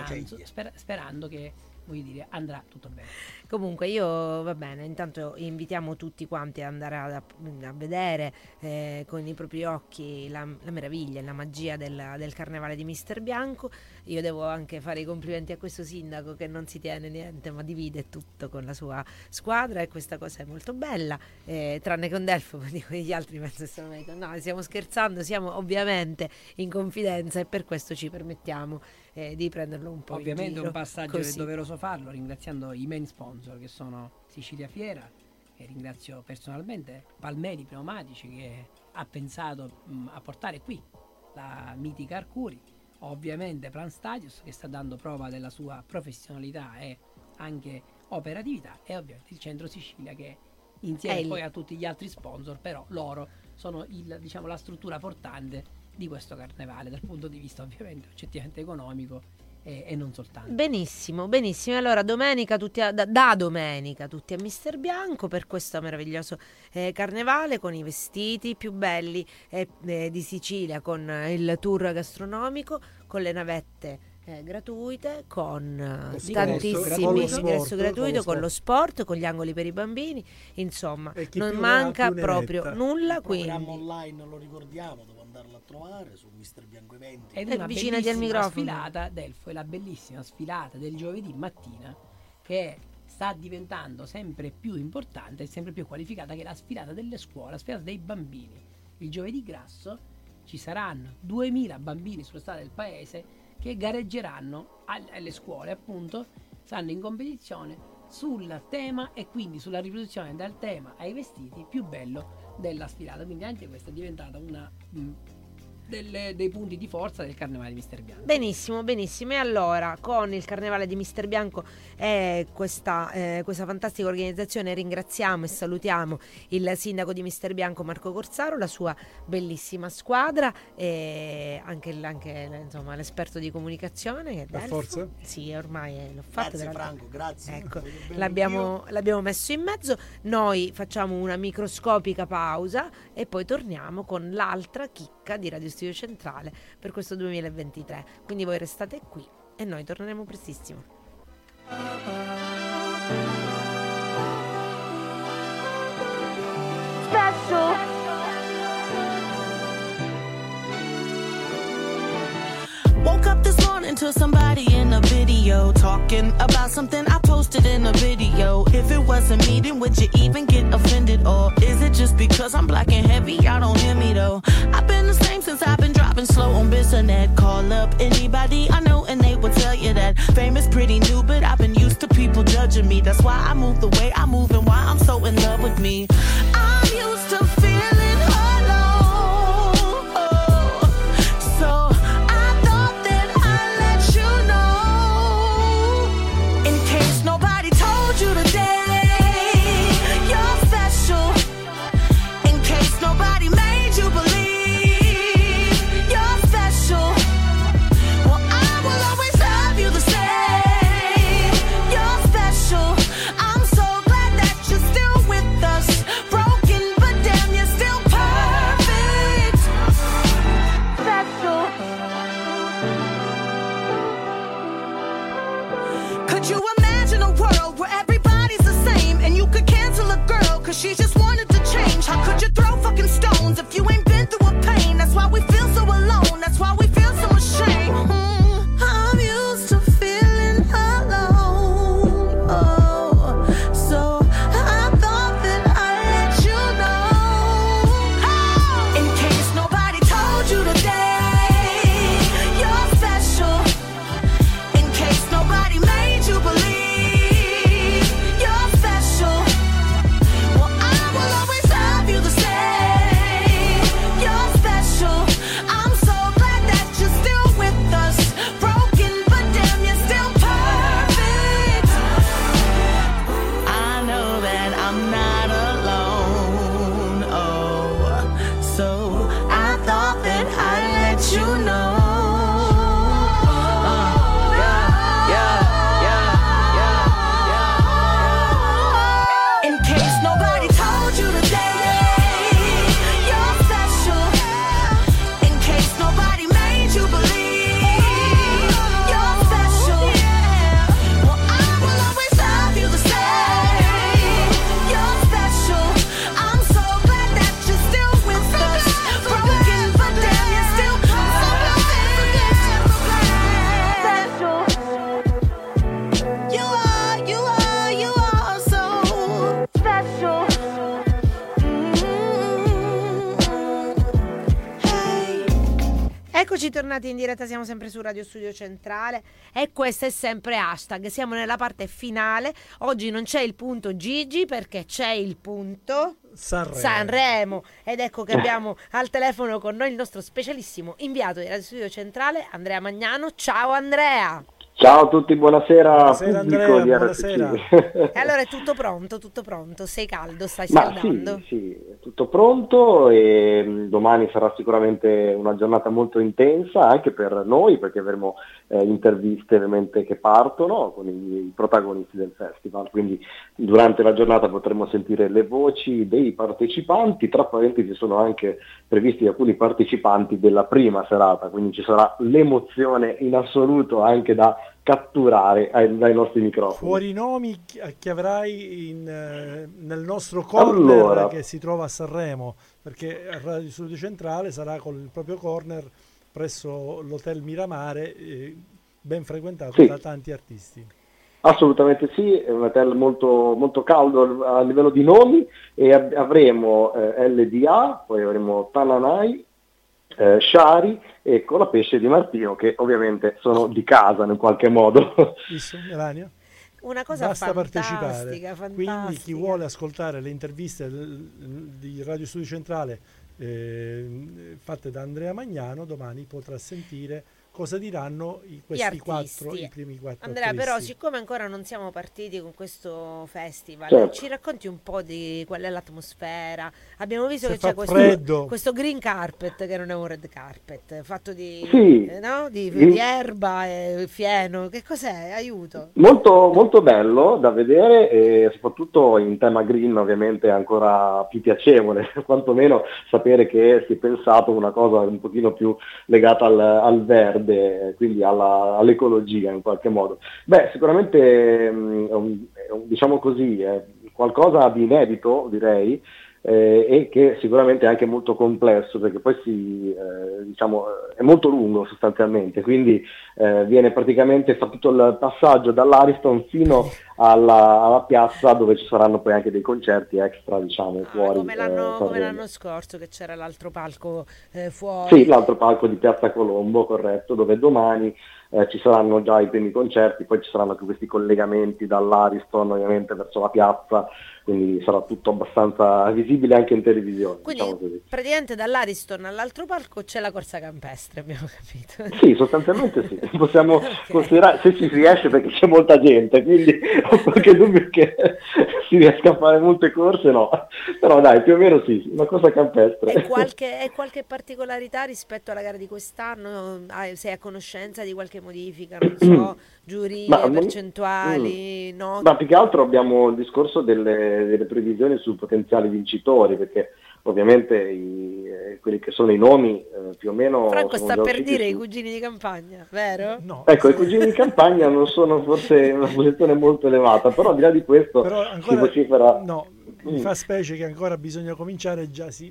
sperando che andrà tutto bene. Comunque va bene, intanto invitiamo tutti quanti ad andare a vedere con i propri occhi la meraviglia e la magia del carnevale di Mister Bianco. Io devo anche fare i complimenti a questo sindaco che non si tiene niente ma divide tutto con la sua squadra, e questa cosa è molto bella, tranne con Delfo, dico, gli altri penso no, stiamo scherzando, siamo ovviamente in confidenza e per questo ci permettiamo di prenderlo un po' ovviamente in giro, un passaggio così. È doveroso farlo, ringraziando i main sponsor che sono Sicilia Fiera, e ringrazio personalmente Palmeri Pneumatici che ha pensato a portare qui la mitica Arcuri, ovviamente Plan Stadios che sta dando prova della sua professionalità e anche operatività, e ovviamente il Centro Sicilia che insieme poi a tutti gli altri sponsor, però loro sono la struttura portante di questo carnevale dal punto di vista ovviamente oggettivamente economico e non soltanto. Benissimo. Allora domenica da domenica tutti a Mister Bianco per questo meraviglioso carnevale, con i vestiti più belli di Sicilia, con il tour gastronomico, con le navette gratuite, con tantissimi ingresso gratuito, con lo sport, con gli angoli per i bambini, insomma non manca proprio nulla. Il programma online lo ricordiamo, devo andarlo a trovare su Mister Bianco Eventi ed una vicina al microfono. Sfilata Delfo, è la bellissima sfilata del giovedì mattina che sta diventando sempre più importante e sempre più qualificata, che è la sfilata delle scuole, la sfilata dei bambini. Il giovedì grasso ci saranno 2000 bambini sulle strade del paese che gareggeranno alle scuole, appunto, saranno in competizione sul tema e quindi sulla riproduzione dal tema ai vestiti più bello della sfilata. Quindi anche questa è diventata una dei punti di forza del carnevale di Mister Bianco. Benissimo. E allora, con il carnevale di Mister Bianco e questa fantastica organizzazione, ringraziamo e salutiamo il sindaco di Mister Bianco Marco Corsaro, la sua bellissima squadra e anche insomma l'esperto di comunicazione che è Delfo. Forza? Sì, ormai l'ho fatto. Grazie Franco, grazie. Ecco, l'abbiamo messo in mezzo. Noi facciamo una microscopica pausa e poi torniamo con l'altra chicca di Radio Studio Centrale per questo 2023. Quindi voi restate qui e noi torneremo prestissimo. Special. Woke up this morning to somebody in a video talking about something I posted in a video. If it wasn't me, then would you even get offended? Or is it just because I'm black and heavy, y'all don't hear me though? I've been the same since I've been driving slow on Bissonnet. Call up anybody I know and they will tell you you that fame is pretty new, but I've been used to people judging me. That's why I move the way I move and why I'm so in love with me. I'm used to feeling alone, so I thought that I'd let you know. In case nobody told you today, you're special. In case nobody made you believe you're special. Well, I will always love you the same. You're special. I'm so glad that you're still with us. Broken, but damn, you're still perfect. Special. Could you imagine a world where everybody's the same and you could cancel a girl cause she just wanted to change? How could you throw fucking stones if you ain't been through a pain? That's why we feel so alone. That's why we feel so ashamed. I'm used to feeling alone. Oh, so I thought that I'd let you know. In case nobody told you today, you're special. In case nobody made you believe you're special. Well, I will always love you the same. You're special. I'm so glad that you're still with us. Broken, but damn, you're still perfect. I know that I'm not alone. Oh, so I thought that I'd let you know. In case nobody told you today, you're special. In case nobody made you believe you're special. Well, I will always love you the same. You're special. I'm so glad that you're still with us. Broken, but damn, you're still special. You are so special. Eccoci tornati in diretta, siamo sempre su Radio Studio Centrale e questo è sempre Hashtag. Siamo nella parte finale. Oggi non c'è il punto Gigi perché c'è il punto Sanremo. Ed ecco che abbiamo al telefono con noi il nostro specialissimo inviato di Radio Studio Centrale, Andrea Magnano. Ciao Andrea! Ciao a tutti, buonasera, Buonasera pubblico Andrea, di buonasera. RSC. E allora è tutto pronto, sei caldo, stai Ma scaldando? sì, è tutto pronto e domani sarà sicuramente una giornata molto intensa anche per noi perché avremo interviste ovviamente che partono con i protagonisti del festival, quindi durante la giornata potremo sentire le voci dei partecipanti, tra parentesi sono anche previsti alcuni partecipanti della prima serata, quindi ci sarà l'emozione in assoluto anche da catturare dai nostri microfoni. Fuori i nomi che avrai nel nostro corner Allora, che si trova a Sanremo, perché Radio Studio Centrale sarà con il proprio corner presso l'Hotel Miramare, ben frequentato Sì. da tanti artisti. assolutamente sì, è un hotel molto, molto caldo a livello di nomi e avremo LDA, poi avremo Tananai, Shari e Colapesce di Martino, che ovviamente sono di casa in qualche modo. Visto, Melania? Una cosa Basta fantastica, partecipare. Quindi chi vuole ascoltare le interviste di Radio Studio Centrale fatte da Andrea Magnano, domani potrà sentire cosa diranno i primi quattro Andrea, artisti. però siccome ancora non siamo partiti con questo festival, Certo. ci racconti un po' di qual è l'atmosfera? Abbiamo visto Se che fa c'è freddo. questo green carpet che non è un red carpet, fatto di, Sì. di erba e fieno. Che cos'è? Aiuto. Molto, molto bello da vedere e soprattutto in tema green ovviamente è ancora più piacevole, quantomeno sapere che si è pensato una cosa un pochino più legata al verde, quindi all'ecologia in qualche modo. Beh, sicuramente diciamo così, è qualcosa di inedito direi, e che sicuramente è anche molto complesso perché poi è molto lungo sostanzialmente, quindi viene praticamente fatto tutto il passaggio dall'Ariston fino alla piazza dove ci saranno poi anche dei concerti extra fuori. Come l'anno scorso che c'era l'altro palco fuori. Sì, l'altro palco di Piazza Colombo, corretto, dove domani ci saranno già i primi concerti, poi ci saranno anche questi collegamenti dall'Ariston ovviamente verso la piazza, quindi sarà tutto abbastanza visibile anche in televisione. Quindi diciamo così. praticamente dall'Ariston all'altro palco c'è la corsa campestre, abbiamo capito. Sì, sostanzialmente sì, possiamo considerare, se ci riesce perché c'è molta gente, quindi ho qualche dubbio che si riesca a fare molte corse, no, però dai, più o meno sì, una corsa campestre. E qualche particolarità rispetto alla gara di quest'anno? Sei a conoscenza di qualche modifica, non so, giurie, percentuali, no? Ma più che altro abbiamo il discorso delle previsioni su potenziali vincitori, perché ovviamente quelli che sono i nomi più o meno... Franco sono sta già per usciti dire su- i cugini di campagna, vero? No. Ecco, i cugini di campagna non sono forse in una posizione molto elevata, però al di là di questo Però si ancora vocifera... no, mi fa specie che ancora bisogna cominciare, già si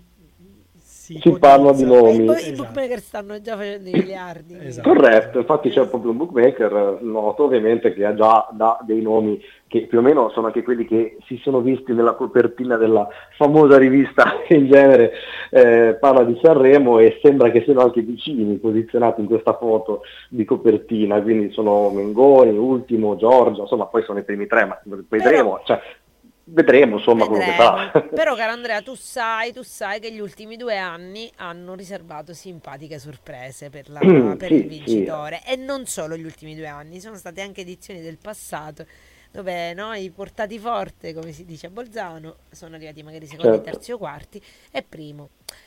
parla di nomi. I bookmaker stanno già facendo i miliardi. Corretto, infatti c'è proprio un bookmaker noto ovviamente che ha già dei nomi che più o meno sono anche quelli che si sono visti nella copertina della famosa rivista che in genere parla di Sanremo, e sembra che siano anche vicini posizionati in questa foto di copertina, quindi sono Mengoni, Ultimo, Giorgio, insomma poi sono i primi tre, ma vedremo, vedremo insomma quello che sarà. Però caro Andrea, tu sai che gli ultimi 2 anni hanno riservato simpatiche sorprese per il vincitore, e non solo gli ultimi 2 anni, sono state anche edizioni del passato dove i portati forte, come si dice a Bolzano, sono arrivati magari secondi, terzi o quarti e primo,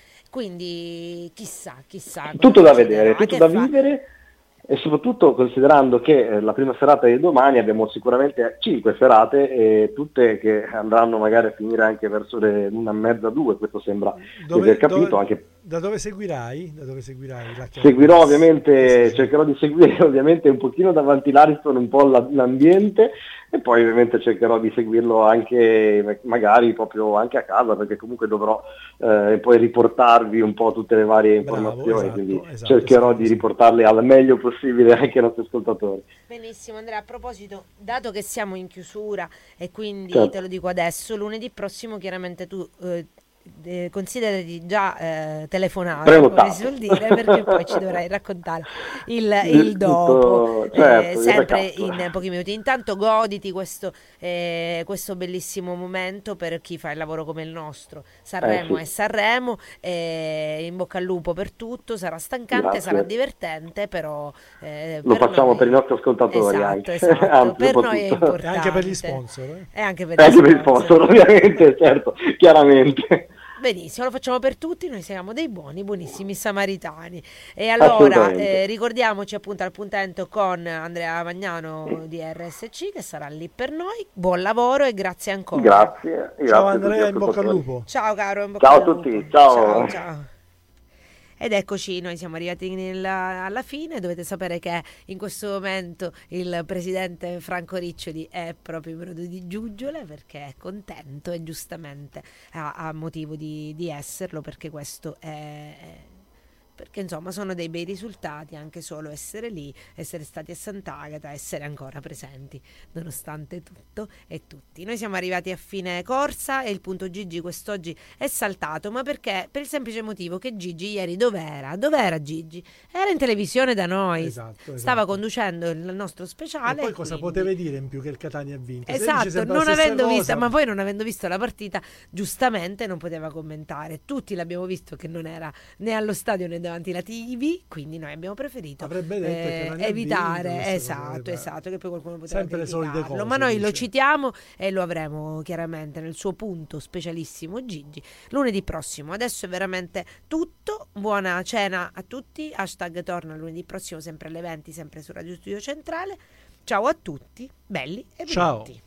quindi chissà Tutto da vedere, tutto da vivere. E soprattutto considerando che la prima serata di domani abbiamo sicuramente 5 serate, e tutte che andranno magari a finire anche verso le 1:30, 2, questo sembra di aver capito. Anche da dove seguirai? seguirò ovviamente, cercherò di seguire ovviamente un pochino davanti l'Ariston un po' l'ambiente, e poi ovviamente cercherò di seguirlo anche magari proprio anche a casa, perché comunque dovrò poi riportarvi un po' tutte le varie informazioni, quindi cercherò di riportarle al meglio possibile anche ai nostri ascoltatori. Benissimo Andrea, a proposito, dato che siamo in chiusura e quindi Certo. te lo dico adesso, lunedì prossimo chiaramente tu considerati già telefonato, come si suol dire, perché poi ci dovrai raccontare il dopo, certo, sempre in pochi minuti. Intanto goditi questo bellissimo momento per chi fa il lavoro come il nostro. Sanremo sì. è Sanremo, in bocca al lupo per tutto, sarà stancante, Grazie. sarà divertente, però Lo facciamo noi... per i nostri ascoltatori, esatto, anche. esatto. Anzi, Per noi è soprattutto. importante. E anche per gli sponsor. E anche per gli sponsor, ovviamente, certo, chiaramente. Benissimo, lo facciamo per tutti, noi siamo dei buonissimi samaritani. E allora Assolutamente. ricordiamoci appunto appuntamento con Andrea Magnano di RSC, che sarà lì per noi. Buon lavoro e grazie ancora. Grazie. Ciao a tutti Andrea, gli in bocca al ascoltatori. lupo. Ciao caro, in bocca Ciao al a lupo. tutti, ciao. Ciao. Ed eccoci, noi siamo arrivati alla fine. Dovete sapere che in questo momento il presidente Franco Riccioli è proprio in brodo di giuggiole, perché è contento, e giustamente ha motivo di esserlo, perché questo perché insomma sono dei bei risultati, anche solo essere lì, essere stati a Sant'Agata, essere ancora presenti nonostante tutto e tutti. Noi siamo arrivati a fine corsa e il punto Gigi quest'oggi è saltato, ma perché? Per il semplice motivo che Gigi ieri dov'era Gigi? Era in televisione da noi, Esatto. stava conducendo il nostro speciale. E poi cosa potevi dire in più che il Catania ha vinto? Se dici Esatto, sempre la non stessa avendo cosa, visto, ma poi non avendo visto la partita, giustamente non poteva commentare. Tutti l'abbiamo visto che non era né allo stadio né davanti alla TV, quindi noi abbiamo preferito Avrebbe detto che non ne ha evitare, vinto, esatto, che poi qualcuno poteva sempre le solite criticarlo, cose, ma noi lo dice. citiamo e lo avremo chiaramente nel suo punto specialissimo Gigi lunedì prossimo. Adesso è veramente tutto, buona cena a tutti, hashtag torna lunedì prossimo sempre alle 20, sempre su Radio Studio Centrale. Ciao a tutti, belli e Ciao. benedetti.